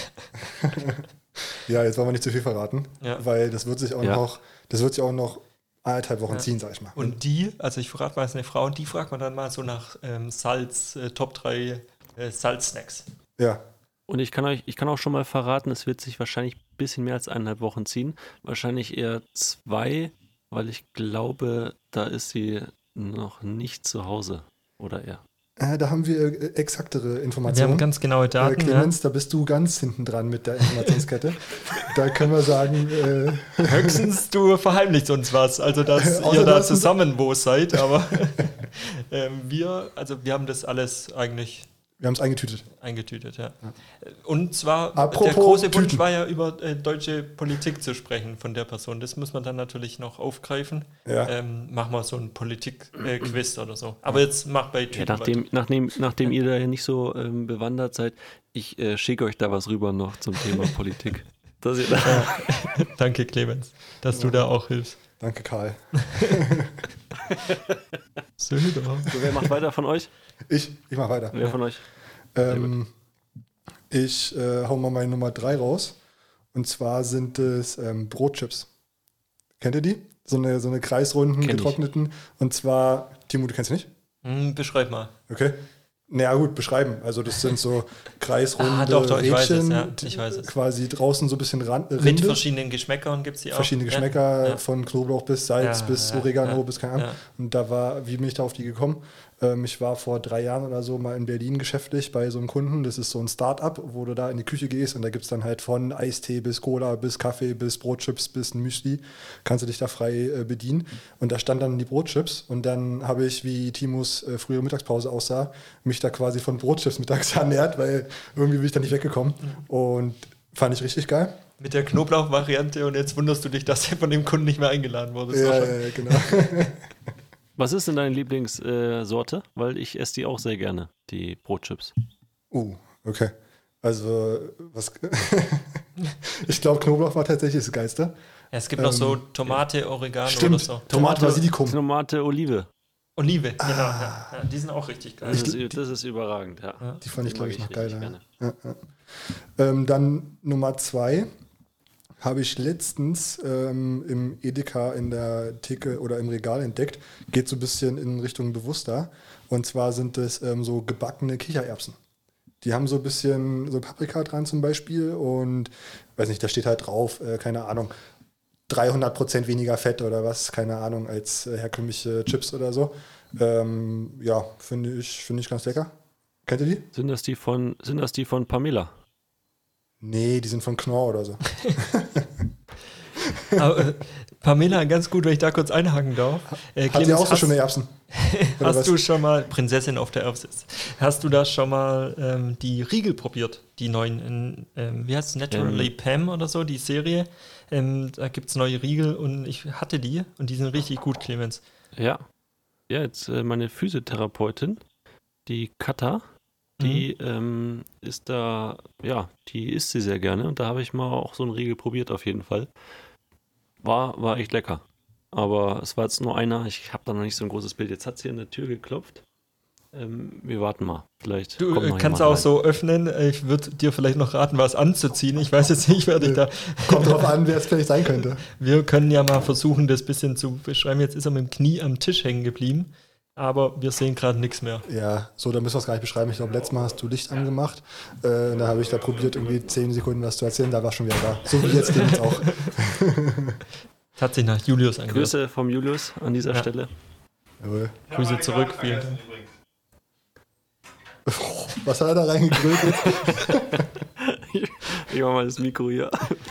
Ja, jetzt wollen wir nicht zu viel verraten, Ja. weil das wird sich auch Ja. noch, das wird sich auch noch eineinhalb Wochen Ja. ziehen, sag ich mal. Und die, also ich verrate mal, es ist eine Frau, und die fragt man dann mal so nach ähm, Salz, äh, Top drei äh, Salzsnacks. Ja, Und ich kann euch, ich kann auch schon mal verraten, es wird sich wahrscheinlich ein bisschen mehr als eineinhalb Wochen ziehen. Wahrscheinlich eher zwei, weil ich glaube, da ist sie noch nicht zu Hause. Oder eher. äh, da haben wir äh, exaktere Wir haben Informationen. ganz genaue Äh, Daten. Clemens, da bist du ganz hinten dran mit der Informationskette. Da können wir sagen, äh, Ja. Höchstens du verheimlichst uns was, also dass Außer ihr da das ist- zusammen wo seid, aber ähm, wir, also wir haben das alles eigentlich wir haben es eingetütet. eingetütet, ja. Und zwar, Apropos der große Wunsch Tüten. war ja, über äh, deutsche Politik zu sprechen von der Person. Das muss man dann natürlich noch aufgreifen. Ja. Ähm, machen wir so ein Politik-Quiz oder so. Aber jetzt mach bei Ja, Tüten nachdem, nachdem, nachdem ihr da ja nicht so ähm, bewandert seid, ich äh, schicke euch da was rüber noch zum Thema Politik. Dass ihr da weiter. Danke, Clemens, dass du da auch hilfst. Danke, Karl. Söder. so, wer macht weiter von euch? Ich, ich mach weiter. Wer von euch? Ähm, ich äh, hau mal meine Nummer drei raus. Und zwar sind es ähm, Brotchips. Kennt ihr die? So eine, so eine kreisrunden, Kenn ich. getrockneten. Und zwar, Timo, du kennst sie nicht? Hm, beschreib mal. Okay. Naja, gut, beschreiben. Also, das sind so kreisrunde Ah, doch, doch, ich weiß es, Rädchen, ja, ich weiß es. quasi draußen so ein bisschen Rand, Mit Rinde. verschiedenen Geschmäckern gibt es die auch. Verschiedene Ja, Geschmäcker, ja. von Knoblauch bis Salz, Ja, bis ja, Oregano, ja, bis keine Ahnung. ja. Und da war, wie bin ich da auf die gekommen? Ähm, ich war vor drei Jahren oder so mal in Berlin geschäftlich bei so einem Kunden. Das ist so ein Start-up, wo du da in die Küche gehst und da gibt es dann halt von Eistee bis Cola, bis Kaffee, bis Brotchips, bis ein Müsli. Kannst du dich da frei äh, bedienen. Und da stand dann die Brotchips und dann habe ich, wie Timos äh, frühere Mittagspause aussah, mich da quasi von Brotchips mittags ernährt, weil irgendwie bin ich da nicht weggekommen. Und fand ich richtig geil. Mit der Knoblauch-Variante und jetzt wunderst du dich, dass du von dem Kunden nicht mehr eingeladen wurdest. Ja, War ja, schon- ja, genau. Was ist denn deine Lieblingssorte? Weil ich esse die auch sehr gerne, die Brotchips. Oh, okay. Also, was. ich glaube, Knoblauch war tatsächlich das Geilste. Ja, es gibt noch so Ähm, Tomate, Oregano Stimmt. oder so. Tomate, Basilikum. Tomate, Olive. Olive, genau. Ja. Ja, die sind auch richtig geil. Das ist, das ist überragend, ja. Die fand ich, Die glaube mag ich, noch ich richtig geiler. Ja. Ja, ja. Ähm, dann Nummer zwei habe ich letztens ähm, im Edeka in der Theke oder im Regal entdeckt. Geht so ein bisschen in Richtung bewusster. Und zwar sind es ähm, so gebackene Kichererbsen. Die haben so ein bisschen so Paprika dran zum Beispiel und weiß nicht, da steht halt drauf, äh, keine Ahnung, dreihundert Prozent weniger Fett oder was, keine Ahnung, als äh, herkömmliche Chips oder so. Ähm, ja, finde ich, finde ich ganz lecker. Kennt ihr die? Sind das die von, sind das die von Pamela? Nee, die sind von Knorr oder so. Aber, äh, Pamela, ganz gut, wenn ich da kurz einhaken darf. Äh, Hat die Clemens, auch so hast- schöne Erbsen? Oder Hast was? du schon mal, Prinzessin auf der Erbsitz, hast du da schon mal ähm, die Riegel probiert? Die neuen, in, ähm, wie heißt es, Naturally Ähm. Pam oder so, die Serie. Ähm, da gibt es neue Riegel und ich hatte die und die sind richtig gut, Clemens. Ja. Ja, jetzt äh, meine Physiotherapeutin, die Katha, die ähm, ist da, ja, die isst sie sehr gerne und da habe ich mal auch so einen Riegel probiert auf jeden Fall. War, war echt lecker. Aber es war jetzt nur einer, ich habe da noch nicht so ein großes Bild. Jetzt hat sie an der Tür geklopft. Ähm, wir warten mal. Vielleicht Du kommt äh, noch kannst jemand auch rein. so öffnen. Ich würde dir vielleicht noch raten, was anzuziehen. Ich weiß jetzt nicht, wer dich da. Kommt drauf an, wer es vielleicht sein könnte. Wir können ja mal versuchen, das ein bisschen zu beschreiben. Jetzt ist er mit dem Knie am Tisch hängen geblieben, aber wir sehen gerade nichts mehr. Ja, so, da müssen wir es gar nicht beschreiben. Ich glaube, letztes Mal hast du Licht angemacht. Äh, und da habe ich da probiert, irgendwie zehn Sekunden was zu erzählen. Da war schon wieder da. So wie jetzt Clemens auch. Das hat sich nach Julius angehört. Grüße vom Julius an dieser Ja. Stelle. Jawohl. Grüße zurück, vielen Dank. Was hat er da reingegrölt jetzt? Ich mach mal das Mikro hier.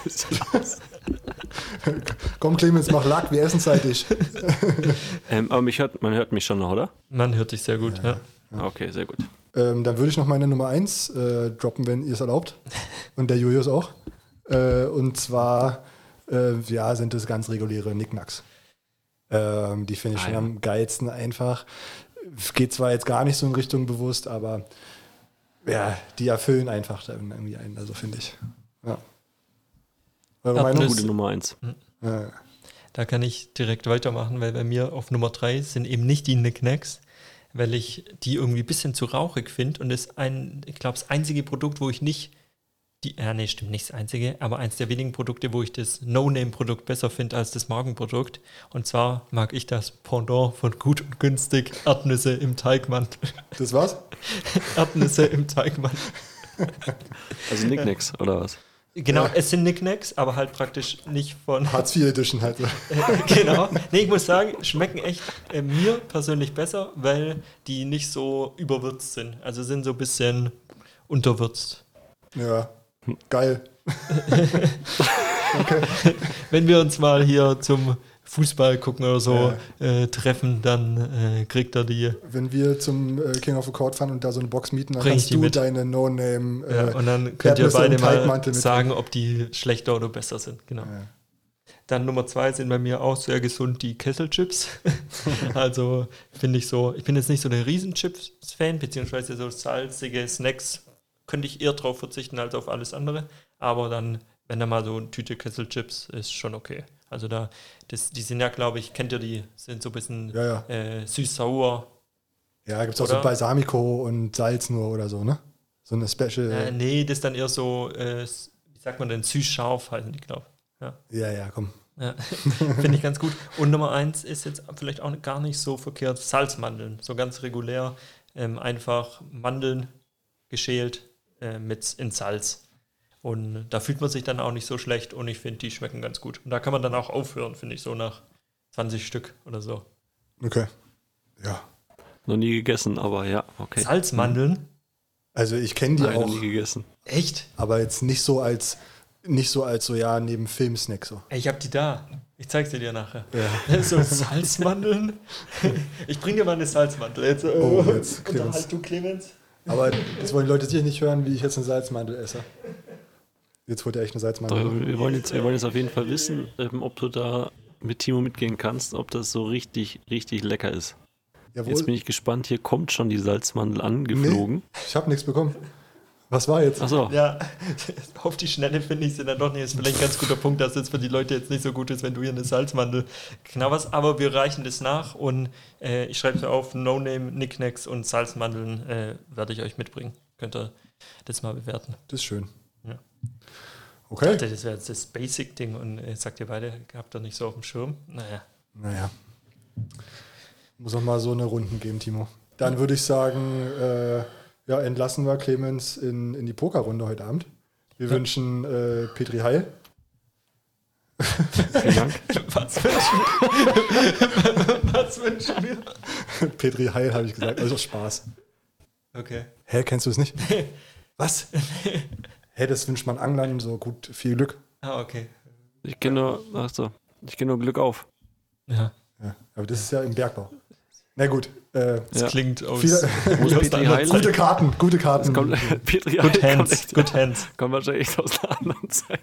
Komm, Clemens, mach Lack, wir essen zeitig. ähm, aber mich hört, man hört mich schon noch, oder? Man hört dich sehr gut, ja. Okay, sehr gut. Ähm, dann würde ich noch meine Nummer eins äh, droppen, wenn ihr es erlaubt. Und der Julius auch. Äh, und zwar, äh, ja, sind das ganz reguläre Knickknacks. Ähm, die finde ich Ah, schon ja. am geilsten einfach. Geht zwar jetzt gar nicht so in Richtung bewusst, aber ja, die erfüllen einfach da irgendwie einen, also finde ich. Ja. Eure Ja, Meinung? das- Gute Nummer eins. Äh, Da kann ich direkt weitermachen, weil bei mir auf Nummer drei sind eben nicht die Knickknacks, weil ich die irgendwie ein bisschen zu rauchig finde und das ein, ich glaube, das einzige Produkt, wo ich nicht die, ja, nee, stimmt nicht das einzige, aber eins der wenigen Produkte, wo ich das No-Name-Produkt besser finde als das Markenprodukt. Und zwar mag ich das Pendant von Gut und Günstig, Erdnüsse im Teigmantel. das war's? Erdnüsse im Teigmantel. Also Nicknacks, oder was? Genau, Ja. es sind Knickknacks, aber halt praktisch nicht von Hartz vier Edition halt. genau. Nee, ich muss sagen, schmecken echt äh, mir persönlich besser, weil die nicht so überwürzt sind. Also sind so ein bisschen unterwürzt. Ja, geil. Wenn wir uns mal hier zum Fußball gucken oder so äh, treffen, dann äh, kriegt er die. Wenn wir zum äh, King of the Court fahren und da so eine Box mieten, dann Bring ich kannst die du mit. deine No-Name äh, Ja, und dann könnt ihr Erdnüsse beide im mal Teigmantel sagen, ob die schlechter oder besser sind. Genau. Ja. Dann Nummer zwei sind bei mir auch sehr gesund die Kesselchips. Also finde ich so, ich bin jetzt nicht so der Riesenchips-Fan, beziehungsweise so salzige Snacks könnte ich eher drauf verzichten als auf alles andere. Aber dann, wenn da mal so eine Tüte Kesselchips ist, schon okay. Also da, das, die sind ja, glaube ich, kennt ihr die, sind so ein bisschen Ja, ja. äh, süß-sauer. Ja, gibt es auch Oder? so Balsamico und Salz nur oder so, ne? So eine Special. Äh, nee, das ist dann eher so, äh, wie sagt man denn, süß-scharf heißen die, glaube ich. Ja. Ja, ja, komm. Ja, finde ich ganz gut. Und Nummer eins ist jetzt vielleicht auch gar nicht so verkehrt, Salzmandeln. So ganz regulär, ähm, einfach Mandeln geschält äh, mit in Salz. Und da fühlt man sich dann auch nicht so schlecht und ich finde, die schmecken ganz gut. Und da kann man dann auch aufhören, finde ich, so nach zwanzig Stück oder so. Okay. Ja. Noch nie gegessen, aber ja, okay. Salzmandeln? Also ich kenne die Nein, noch auch, nie gegessen. Echt? aber jetzt nicht so als nicht so als so, ja, neben Filmsnack so. Ey, ich hab die da. Ich zeig sie dir nachher. Ja. So Salzmandeln? Ich bring dir mal eine Salzmandel. Jetzt, äh, Oh, jetzt, Clemens. unterhalt du, Clemens. Aber das wollen die Leute sicher nicht hören, wie ich jetzt eine Salzmandel esse. Jetzt holt er echt eine Doch, Salzmandel. wir, wollen jetzt, wir wollen jetzt auf jeden Fall wissen, ähm, ob du da mit Timo mitgehen kannst, ob das so richtig, richtig lecker ist. Jawohl. Jetzt bin ich gespannt, hier kommt schon die Salzmandel angeflogen. Nee, ich habe nichts bekommen. Was war jetzt? Achso, Ja, auf die Schnelle finde ich sie dann doch nicht. Ist vielleicht ein ganz guter Punkt, dass es für die Leute jetzt nicht so gut ist, wenn du hier eine Salzmandel knabberst. Aber wir reichen das nach und äh, ich schreibe es auf: No-Name, Knickknacks und Salzmandeln äh, werde ich euch mitbringen. Könnt ihr das mal bewerten. Das ist schön. Ja. Okay. Ich dachte, das wäre jetzt das Basic-Ding und äh, sagt ihr beide, habt ihr nicht so auf dem Schirm? Naja. Naja. Muss auch mal so eine Runden geben, Timo. Dann würde ich sagen, äh, ja, entlassen wir Clemens in, in die Pokerrunde heute Abend. Wir Ja. wünschen äh, Petri Heil. Vielen Dank. Was wünschen wir? Was wünschen wir? Petri Heil, habe ich gesagt. Also Spaß. Okay. Hä, kennst du es nicht? Was? Hä, das wünscht man Anglern so gut, viel Glück. Ah, okay. Ich kenne nur, ach so, ich kenne nur Glück auf. Ja. Ja, aber das ist ja im Bergbau. Na gut. Äh, Das Ja. klingt aus. Viele- Wo ist aus Petri einer Heil? Zeit. gute Karten, gute Das Karten. kommt, Petri Heil Good kommt, hands, echt, good hands. kommt wahrscheinlich echt aus einer anderen Zeit.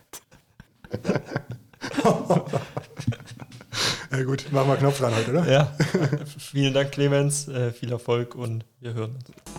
Ja gut, machen wir Knopf ran heute, oder? Ja. Vielen Dank, Clemens. Äh, viel Erfolg und wir hören uns.